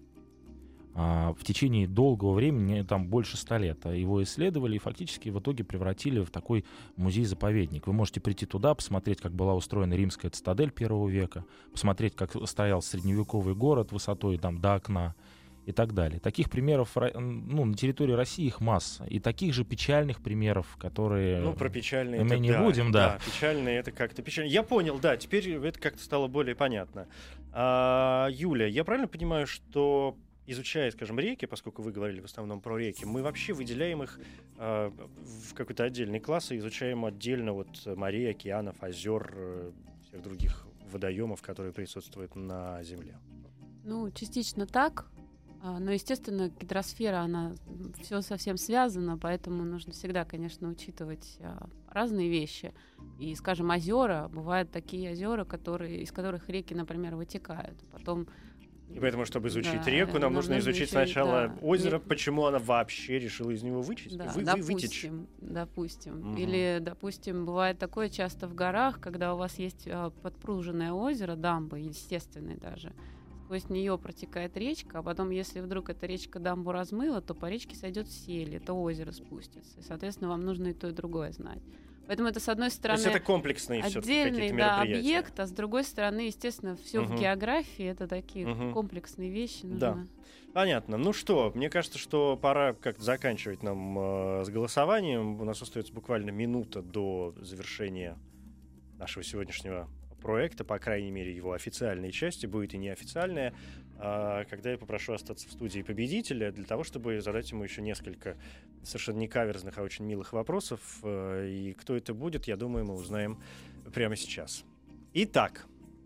А в течение долгого времени, там больше ста лет, его исследовали и фактически в итоге превратили в такой музей-заповедник. Вы можете прийти туда, посмотреть, как была устроена римская цитадель первого века, посмотреть, как стоял средневековый город высотой там, до окна и так далее. Таких примеров, ну, на территории России их масса. И таких же печальных примеров, которые ну, про печальные мы это, не да, будем, да. да. Печальные это как-то печально. Я понял, да, теперь это как-то стало более понятно. А, Юля, я правильно понимаю, что изучая, скажем, реки, поскольку вы говорили в основном про реки, мы вообще выделяем их э, в какой-то отдельный класс и изучаем отдельно вот морей, океанов, озер, э, всех других водоемов, которые присутствуют на Земле? Ну, частично так. Но, естественно, гидросфера, она все совсем связана, поэтому нужно всегда, конечно, учитывать разные вещи. И, скажем, озера, бывают такие озера, которые, из которых реки, например, вытекают. Потом И поэтому, чтобы изучить да, реку, нам нужно изучить изучить, сначала да. озеро, Нет. почему она вообще решила из него вычесть, Да, вы, допустим, вытечь. допустим. Угу. Или, допустим, бывает такое часто в горах, когда у вас есть а, подпруженное озеро, дамба, естественное даже. Сквозь нее протекает речка, а потом, если вдруг эта речка дамбу размыла, то по речке сойдет сель, это озеро спустится. И, соответственно, вам нужно и то, и другое знать. Поэтому это, с одной стороны, То есть это комплексные отдельный да, объект, а с другой стороны, естественно, все угу. в географии, это такие угу. комплексные вещи. Нужно... Да. Понятно. Ну что, мне кажется, что пора как-то заканчивать нам э, с голосованием. У нас остается буквально минута до завершения нашего сегодняшнего проекта, по крайней мере, его официальной части, будет и неофициальная, э, когда я попрошу остаться в студии победителя для того, чтобы задать ему еще несколько совершенно не каверзных, а очень милых вопросов. Э, и кто это будет, я думаю, мы узнаем прямо сейчас. Итак.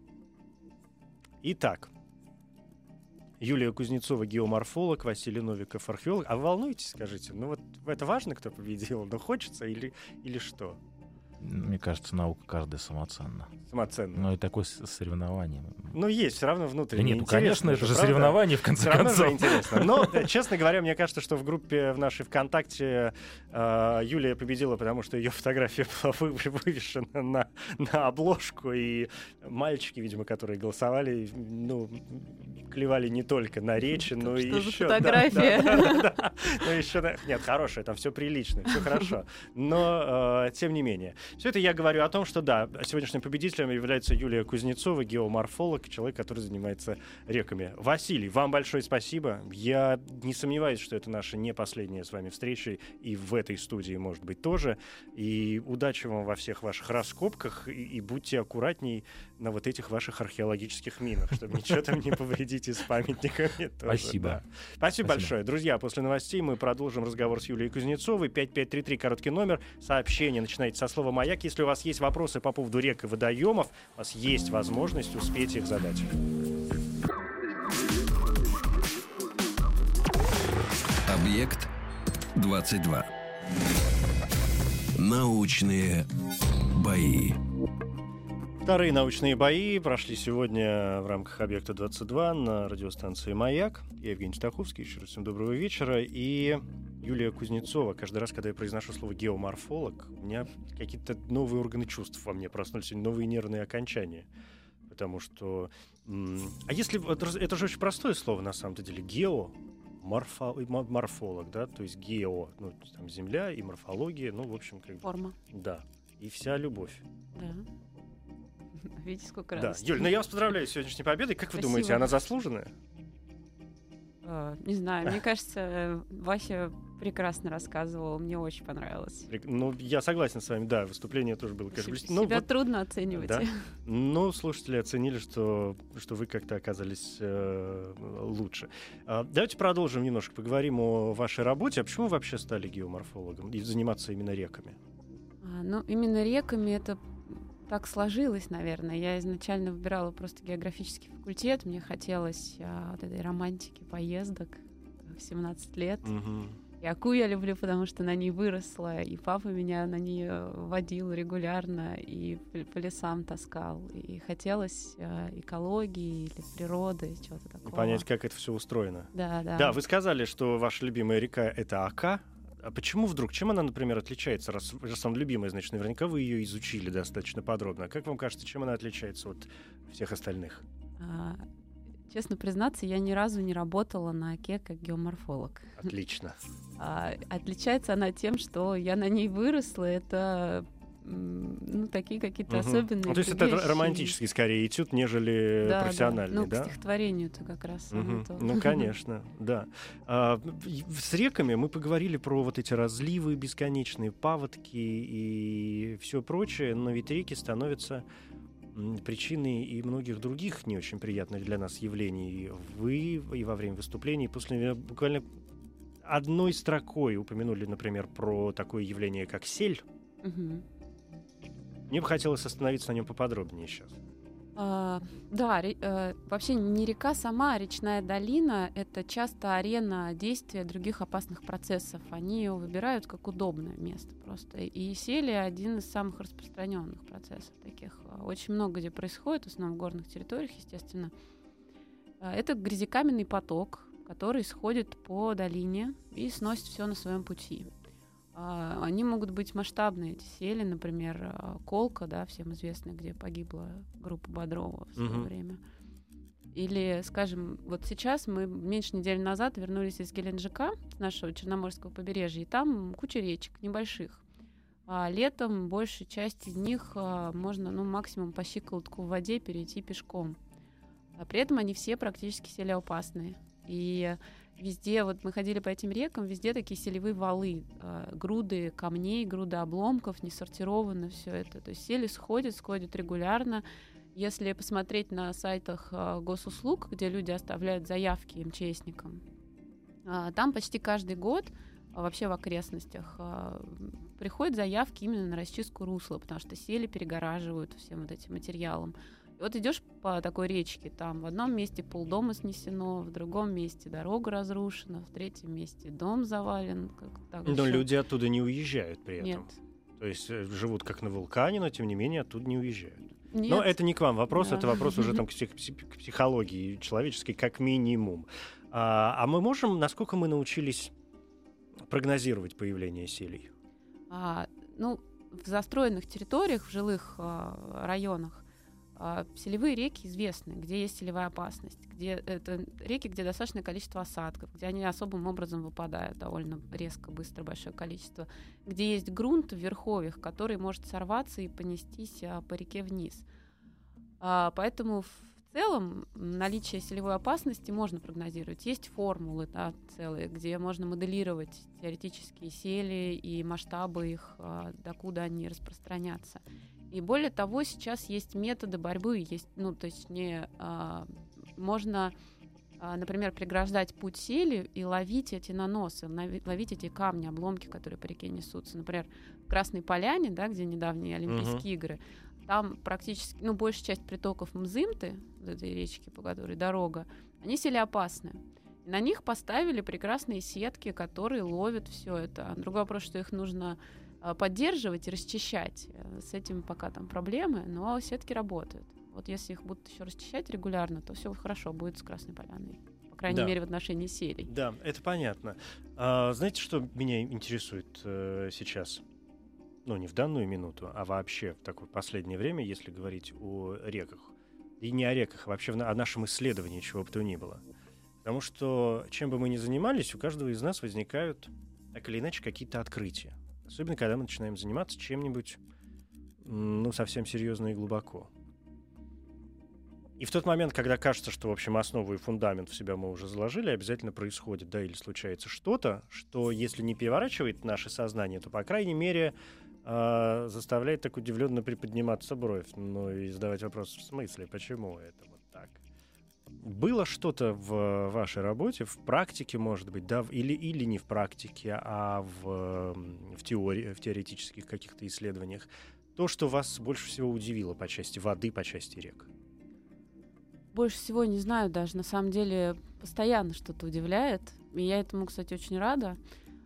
Итак. Юлия Кузнецова, геоморфолог, Василий Новиков, археолог. А вы волнуетесь, скажите? Ну вот это важно, кто победил? Но хочется или, или что? Мне кажется, наука каждая самоценна. Самоценна. Ну и такое соревнование. Ну есть все равно внутренне. Да нет, ну, конечно, это же правда? Соревнование, в конце все концов. Равно интересно. Но, честно говоря, мне кажется, что в группе в нашей ВКонтакте э, Юлия победила, потому что ее фотография была вы, вывешена на, на обложку, и мальчики, видимо, которые голосовали, ну, клевали не только на речи, но и еще... фотография? Да, да, да, да. Но еще, нет, хорошая, там все прилично, все хорошо. Но, э, тем не менее. Все это я говорю о том, что да, сегодняшним победителем является Юлия Кузнецова, геоморфолог, человек, который занимается реками. Василий, вам большое спасибо. Я не сомневаюсь, что это наша не последняя с вами встреча, и в этой студии, может быть, тоже. И удачи вам во всех ваших раскопках, и, и будьте аккуратней на вот этих ваших археологических минах, чтобы ничего там не повредите с памятниками. Спасибо. Спасибо большое. Друзья, после новостей мы продолжим разговор с Юлией Кузнецовой. пять пять три три, короткий номер. Сообщение начинайте со слова «Маяк». Если у вас есть вопросы по поводу рек и водоемов, у вас есть возможность успеть их задать. Объект двадцать два. Научные бои. Вторые научные бои прошли сегодня в рамках «Объекта двадцать два» на радиостанции «Маяк». Я Евгений Стаховский. Еще раз всем доброго вечера. И Юлия Кузнецова. Каждый раз, когда я произношу слово «геоморфолог», у меня какие-то новые органы чувств во мне проснулись, новые нервные окончания. Потому что... М- а если... Это же очень простое слово, на самом деле. Гео... Морфо, морфолог, да, то есть гео, ну, там земля и морфология, ну, в общем, как бы... Форма. Да. И вся любовь. Да. Видите, сколько Да. радости. Юль, ну я вас поздравляю с сегодняшней победой. Как вы Спасибо. думаете, она заслуженная? Uh, не знаю, мне кажется, Вася прекрасно рассказывал, мне очень понравилось. Ну, я согласен с вами, да, выступление тоже было, конечно, блестяще. Себя Ну, вот, трудно оценивать. да. Но слушатели оценили, что, что вы как-то оказались э, лучше. А, давайте продолжим немножко, поговорим о вашей работе. А почему вы вообще стали геоморфологом и заниматься именно реками? А, ну, именно реками это так сложилось, наверное. Я изначально выбирала просто географический факультет. Мне хотелось а, вот этой романтики поездок в семнадцать лет. Угу. И Аку я люблю, потому что на ней выросла, и папа меня на ней водил регулярно, и по лесам таскал. И хотелось э, экологии или природы, чего-то такого. Понять, как это все устроено. Да, да. Да, вы сказали, что ваша любимая река — это Ака. А почему вдруг? Чем она, например, отличается? Раз, раз вам любимая, значит, наверняка вы ее изучили достаточно подробно. Как вам кажется, чем она отличается от всех остальных? А, честно признаться, я ни разу не работала на Оке как геоморфолог. Отлично. А, отличается она тем, что я на ней выросла. Это ну, такие какие-то угу. особенные. Ну, то есть это романтический, скорее, этюд, нежели да, профессиональный, да? Ну, да? к стихотворению-то как раз. Угу. Ну, конечно, да. А, с реками мы поговорили про вот эти разливы бесконечные, паводки и все прочее, но ведь реки становятся причиной и многих других не очень приятных для нас явлений. Вы и во время выступлений, после буквально одной строкой упомянули, например, про такое явление, как сель. Угу. Мне бы хотелось остановиться на нем поподробнее сейчас. А, да, ре, э, вообще не река сама, а речная долина — это часто арена действия других опасных процессов. Они ее выбирают как удобное место просто. И сель — один из самых распространенных процессов таких. Очень много где происходит, в основном в горных территориях, естественно. Это грязекаменный поток, который сходит по долине и сносит все на своем пути. Они могут быть масштабные, эти сели, например, Колка, да, всем известная, где погибла группа Бодрова в свое uh-huh. время. Или, скажем, вот сейчас мы меньше недели назад вернулись из Геленджика, с нашего Черноморского побережья, и там куча речек небольших. А летом большая часть из них можно, ну, максимум по щиколотку в воде перейти пешком. А при этом они все практически селеопасные. И везде, вот мы ходили по этим рекам, везде такие селевые валы, э, груды камней, груды обломков, не сортировано все это. То есть сели сходят, сходят регулярно. Если посмотреть на сайтах э, госуслуг, где люди оставляют заявки МЧСникам, э, там почти каждый год, э, вообще в окрестностях, э, приходят заявки именно на расчистку русла, потому что сели перегораживают всем вот этим материалом. И вот идешь по такой речке, там в одном месте полдома снесено, в другом месте дорога разрушена, в третьем месте дом завален. Как так но еще. Люди оттуда не уезжают при этом. Нет. То есть живут как на вулкане, но тем не менее оттуда не уезжают. Нет. Но это не к вам вопрос, да. это вопрос уже там, к, псих, к психологии человеческой как минимум. А, а мы можем, насколько мы научились прогнозировать появление селей? А, ну, в застроенных территориях, в жилых а, районах, А, селевые реки известны, где есть селевая опасность, где это реки, где достаточное количество осадков, где они особым образом выпадают довольно резко, быстро, большое количество, где есть грунт в верховьях, который может сорваться и понестись а, по реке вниз. А, поэтому в целом наличие селевой опасности можно прогнозировать. Есть формулы, да, целые, где можно моделировать теоретические сели и масштабы их, а, докуда они распространятся. И более того, сейчас есть методы борьбы, есть, ну, точнее, а, можно, а, например, преграждать путь сели и ловить эти наносы, ловить эти камни, обломки, которые по реке несутся. Например, в Красной Поляне, да, где недавние Олимпийские uh-huh. игры, там практически, ну, большая часть притоков Мзымты, этой речки, по которой дорога, они селеопасны. И на них поставили прекрасные сетки, которые ловят все это. Другой вопрос, что их нужно поддерживать и расчищать. С этим пока там проблемы, но сетки работают. Вот если их будут еще расчищать регулярно, то все хорошо будет с Красной Поляной. По крайней да. мере, в отношении селей. Да, это понятно. А, знаете, что меня интересует э, сейчас? Ну, не в данную минуту, а вообще в такое последнее время, если говорить о реках. И не о реках, а вообще о нашем исследовании, чего бы то ни было. Потому что, чем бы мы ни занимались, у каждого из нас возникают, так или иначе, какие-то открытия. Особенно, когда мы начинаем заниматься чем-нибудь, ну, совсем серьезно и глубоко. И в тот момент, когда кажется, что, в общем, основу и фундамент в себя мы уже заложили, обязательно происходит, да, или случается что-то, что, если не переворачивает наше сознание, то, по крайней мере, э, заставляет так удивленно приподниматься бровь, ну, и задавать вопрос, в смысле, почему это вот так? Было что-то в вашей работе, в практике, может быть, да, или, или не в практике, а в, в теории, в теоретических каких-то исследованиях, то, что вас больше всего удивило по части воды, по части рек? Больше всего не знаю даже. На самом деле постоянно что-то удивляет. И я этому, кстати, очень рада.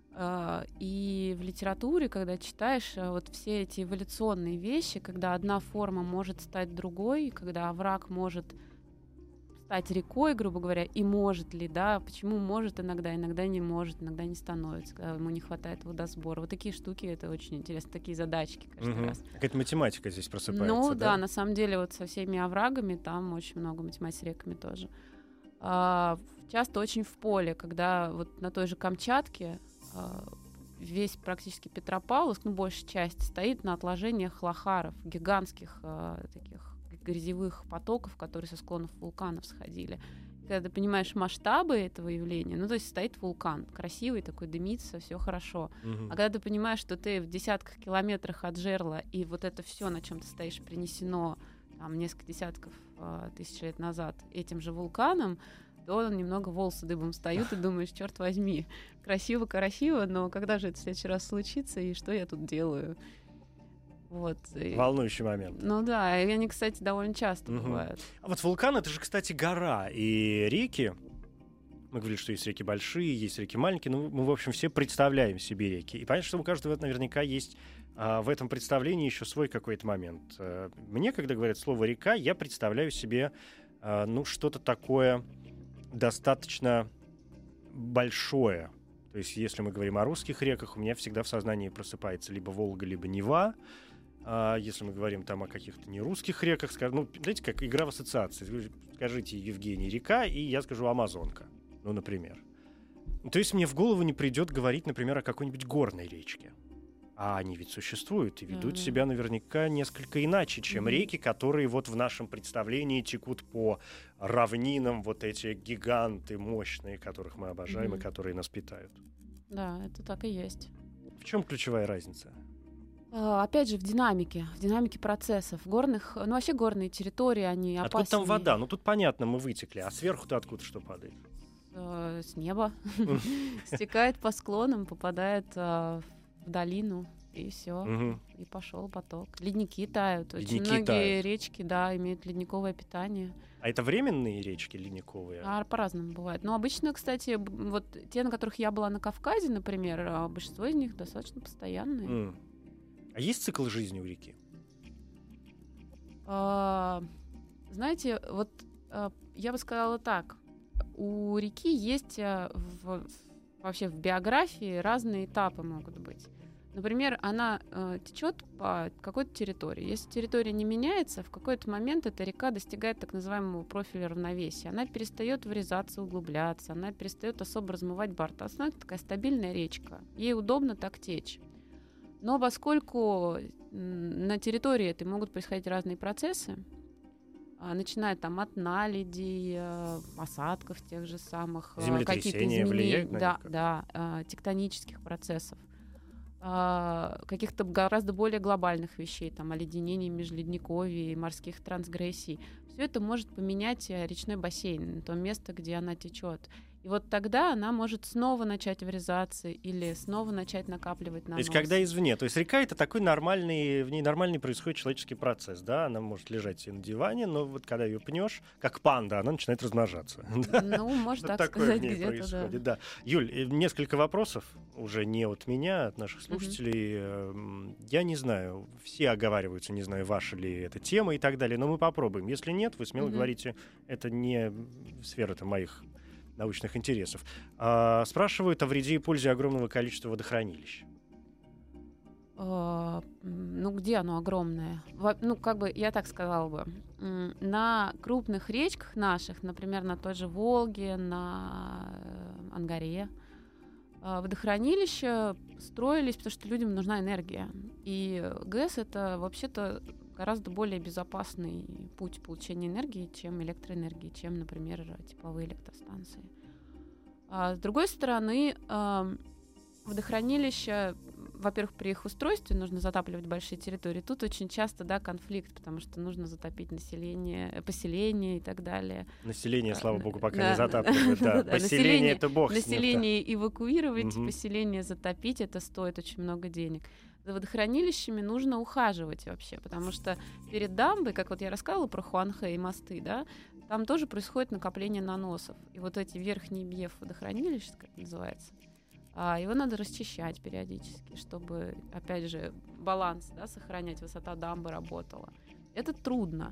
И в литературе, когда читаешь вот все эти эволюционные вещи, когда одна форма может стать другой, когда овраг может стать рекой, грубо говоря, и может ли, да, почему может иногда, иногда не может, иногда не становится, когда ему не хватает водосбора. Вот такие штуки, это очень интересно, такие задачки каждый угу. раз. Какая-то математика здесь просыпается, Ну да? да, на самом деле вот со всеми оврагами там очень много математики, с реками тоже. А, часто очень в поле, когда вот на той же Камчатке а, весь практически Петропавловск, ну большая часть, стоит на отложениях лохаров, гигантских а, таких грязевых потоков, которые со склонов вулканов сходили. И когда ты понимаешь масштабы этого явления, ну, то есть стоит вулкан, красивый такой, дымится, все хорошо. Угу. А когда ты понимаешь, что ты в десятках километрах от жерла, и вот это все, на чем ты стоишь, принесено там несколько десятков э, тысяч лет назад этим же вулканом, то немного волосы дыбом встают, и думаешь, черт возьми, красиво-красиво, но когда же это в следующий раз случится, и что я тут делаю? Вот. Волнующий момент. Ну да, и они, кстати, довольно часто угу. бывают. А вот вулкан — это же, кстати, гора. И реки, мы говорили, что есть реки большие, есть реки маленькие, но мы, в общем, все представляем себе реки. И понятно, что у каждого наверняка есть а, в этом представлении еще свой какой-то момент. А, мне, когда говорят слово «река», я представляю себе а, ну, что-то такое достаточно большое. То есть, если мы говорим о русских реках, у меня всегда в сознании просыпается либо Волга, либо Нева. А если мы говорим там о каких-то нерусских реках, скажем, ну, знаете, как игра в ассоциации. Скажите, Евгений, река, и я скажу Амазонка, ну, например. То есть мне в голову не придет говорить, например, о какой-нибудь горной речке. А они ведь существуют и ведут mm-hmm. себя наверняка несколько иначе, чем mm-hmm. реки, которые вот в нашем представлении текут по равнинам, вот эти гиганты мощные, которых мы обожаем mm-hmm. и которые нас питают. Да, это так и есть. В чем ключевая разница? Опять же, в динамике, в динамике процессов. Горных, ну вообще горные территории, они опаснее. Откуда там вода? Ну тут понятно, мы вытекли. А сверху-то откуда что падает? С неба. Стекает по склонам, попадает в долину, и все. И пошел поток. Ледники тают. Очень многие речки, да, имеют ледниковое питание. А это временные речки ледниковые? А, по-разному бывает. Но обычно, кстати, вот те, на которых я была на Кавказе, например, большинство из них достаточно постоянные. А есть цикл жизни у реки? А, знаете, вот а, я бы сказала так. У реки есть а, в, вообще в биографии разные этапы могут быть. Например, она э, течет по какой-то территории. Если территория не меняется, в какой-то момент эта река достигает так называемого профиля равновесия. Она перестает врезаться, углубляться, она перестает особо размывать борта. Это становится такая стабильная речка. Ей удобно так течь. Но поскольку на территории этой могут происходить разные процессы, начиная там от наледей, осадков тех же самых, каких-то изменений, да, да, тектонических процессов, каких-то гораздо более глобальных вещей, там, оледенений, межледниковий, морских трансгрессий. Все это может поменять речной бассейн, то место, где она течет. И вот тогда она может снова начать врезаться или снова начать накапливать нанос. То есть когда извне. То есть река — это такой нормальный, в ней нормальный происходит человеческий процесс, да? Она может лежать себе на диване, но вот когда ее пнешь, как панда, она начинает размножаться. Ну, можно так сказать, где-то, да. Юль, несколько вопросов уже не от меня, от наших слушателей. Я не знаю, все оговариваются, не знаю, ваша ли это тема и так далее, но мы попробуем. Если нет, вы смело говорите, это не сфера моих научных интересов. А, спрашивают о вреде и пользе огромного количества водохранилищ. А, ну, где оно огромное? Во, ну, как бы, я так сказала бы. На крупных речках наших, например, на той же Волге, на Ангаре, водохранилища строились, потому что людям нужна энергия. И ГЭС — это вообще-то гораздо более безопасный путь получения энергии, чем электроэнергии, чем, например, тепловые электростанции. А с другой стороны, водохранилища, во-первых, при их устройстве нужно затапливать большие территории. Тут очень часто, да, конфликт, потому что нужно затопить население, поселение и так далее. Население, слава богу, пока да, не затапливают. Да. Да. Поселение — это бог с ним. Население эвакуировать, угу. Поселение затопить — это стоит очень много денег. За водохранилищами нужно ухаживать вообще, потому что перед дамбой, как вот я рассказывала про Хуанхэ и мосты, да, там тоже происходит накопление наносов. И вот эти верхние бьеф водохранилища, как это называется, а, его надо расчищать периодически, чтобы, опять же, баланс, да, сохранять, высота дамбы работала. Это трудно.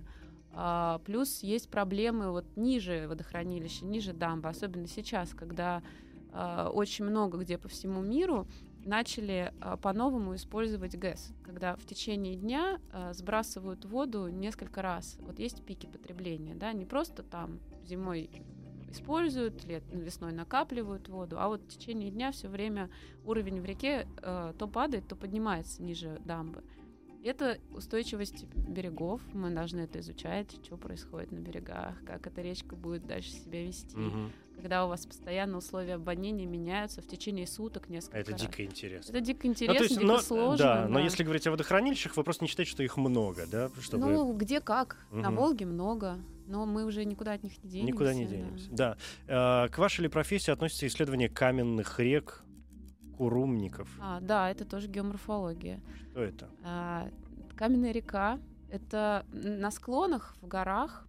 А, плюс есть проблемы вот ниже водохранилища, ниже дамбы, особенно сейчас, когда а, очень много где по всему миру начали а, по-новому использовать ГЭС, когда в течение дня а, сбрасывают воду несколько раз. Вот есть пики потребления, да, не просто там зимой используют, лет, весной накапливают воду, а вот в течение дня все время уровень в реке а, то падает, то поднимается ниже дамбы. Это устойчивость берегов, мы должны это изучать, что происходит на берегах, как эта речка будет дальше себя вести. Угу. Когда у вас постоянно условия обводнения меняются в течение суток несколько это раз. Это дико интересно. Это дико интересно, ну, есть, дико но, сложно. Да, да, но если говорить о водохранилищах, вы просто не считаете, что их много, да? Чтобы... Ну, где как. Угу. На Волге много, но мы уже никуда от них не денемся. Никуда не денемся, да. да. А, к вашей ли профессии относится исследование каменных рек, курумников? А, да, это тоже геоморфология. Что это? А, каменная река — это на склонах, в горах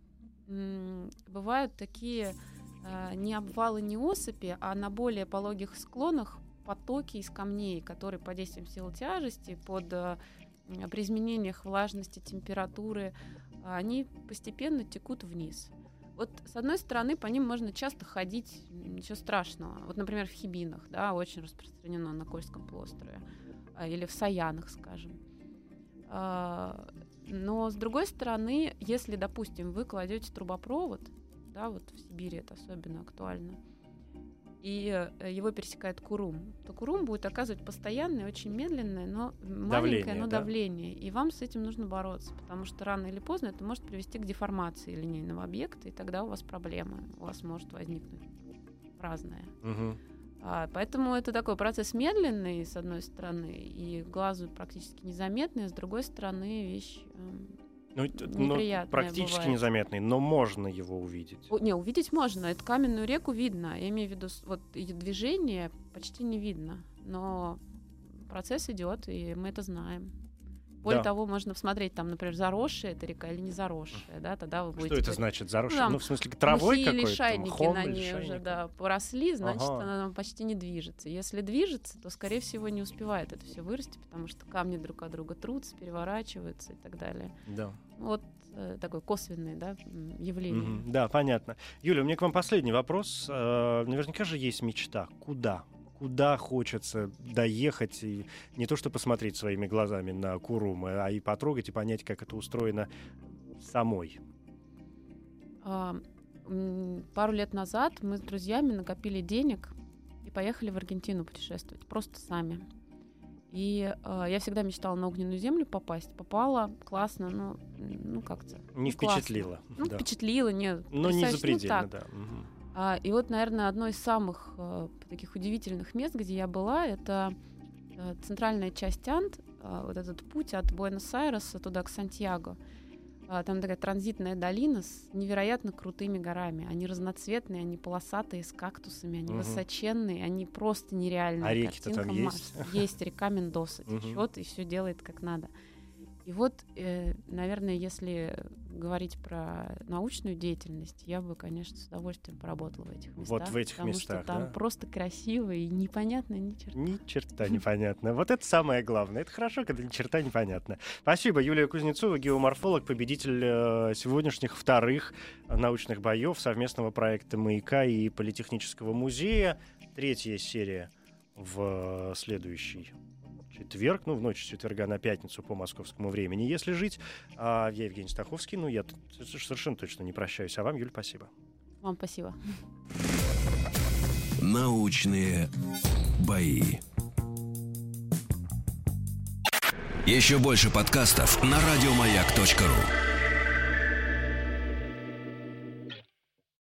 м- бывают такие а, не обвалы, не осыпи, а на более пологих склонах потоки из камней, которые под действием силы тяжести, под а, при изменениях влажности, температуры, а, они постепенно текут вниз. Вот, с одной стороны, по ним можно часто ходить, ничего страшного. Вот, например, в Хибинах, да, очень распространено на Кольском полуострове, а, или в Саянах, скажем. А, но, с другой стороны, если, допустим, вы кладете трубопровод, да, вот в Сибири это особенно актуально, и его пересекает Курум, то Курум будет оказывать постоянное, очень медленное, но маленькое, давление, но да? давление. И вам с этим нужно бороться, потому что рано или поздно это может привести к деформации линейного объекта, и тогда у вас проблемы, у вас может возникнуть разное. Угу. А, поэтому это такой процесс медленный, с одной стороны, и глазу практически незаметный, а с другой стороны вещь э, ну, неприятная практически бывает. Незаметный, но можно его увидеть. Не, увидеть можно. Эту каменную реку видно. Я имею в виду, вот ее движение почти не видно, но процесс идет, и мы это знаем. Более да. того, можно посмотреть, там, например, заросшая эта река или не заросшая, да, тогда вы будете... Что это значит, заросшая? Ну, ну, в смысле, травой какой-то? Или шайники мхом, на или ней шайник? уже, да, поросли, значит, ага. она почти не движется. Если движется, то, скорее всего, не успевает это все вырасти, потому что камни друг от друга трутся, переворачиваются и так далее. Да. Вот э, такое косвенное, да, явление. Mm-hmm. Да, понятно. Юля, у меня к вам последний вопрос. Э, наверняка же есть мечта. Куда? куда хочется доехать, и не то что посмотреть своими глазами на Курумы, а и потрогать и понять, как это устроено самой? А, м, пару лет назад мы с друзьями накопили денег и поехали в Аргентину путешествовать, просто сами. И э, я всегда мечтала на огненную землю попасть. Попала, классно, ну, ну как-то. Не ну, классно. впечатлило. Ну, да. впечатлило, нет. Но не представляешь, запредельно, ну, так. да. Угу. А, и вот, наверное, одно из самых э, таких удивительных мест, где я была, это э, центральная часть Анд, э, вот этот путь от Буэнос-Айреса туда к Сантьяго. Э, там такая транзитная долина с невероятно крутыми горами. Они разноцветные, они полосатые, с кактусами, они Мгм. высоченные, они просто нереальные. А реки-то Картинка там есть? Марс. Есть река Мендоса, Мгм. течет и все делает как надо. И вот, э, наверное, если говорить про научную деятельность, я бы, конечно, с удовольствием поработала в этих местах. Вот в этих потому местах, что там да? просто красиво и непонятно ни черта. Ни черта непонятно. Вот это самое главное. Это хорошо, когда ни черта непонятно. Спасибо. Юлия Кузнецова, геоморфолог, победитель э, сегодняшних вторых научных боев совместного проекта «Маяка» и Политехнического музея. Третья серия в следующий четверг, ну, в ночь с четверга на пятницу по московскому времени, если жить. А я Евгений Стаховский, ну, я т- совершенно точно не прощаюсь. А вам, Юль, спасибо. Вам спасибо. Научные бои. Еще больше подкастов на радиомаяк точка ру.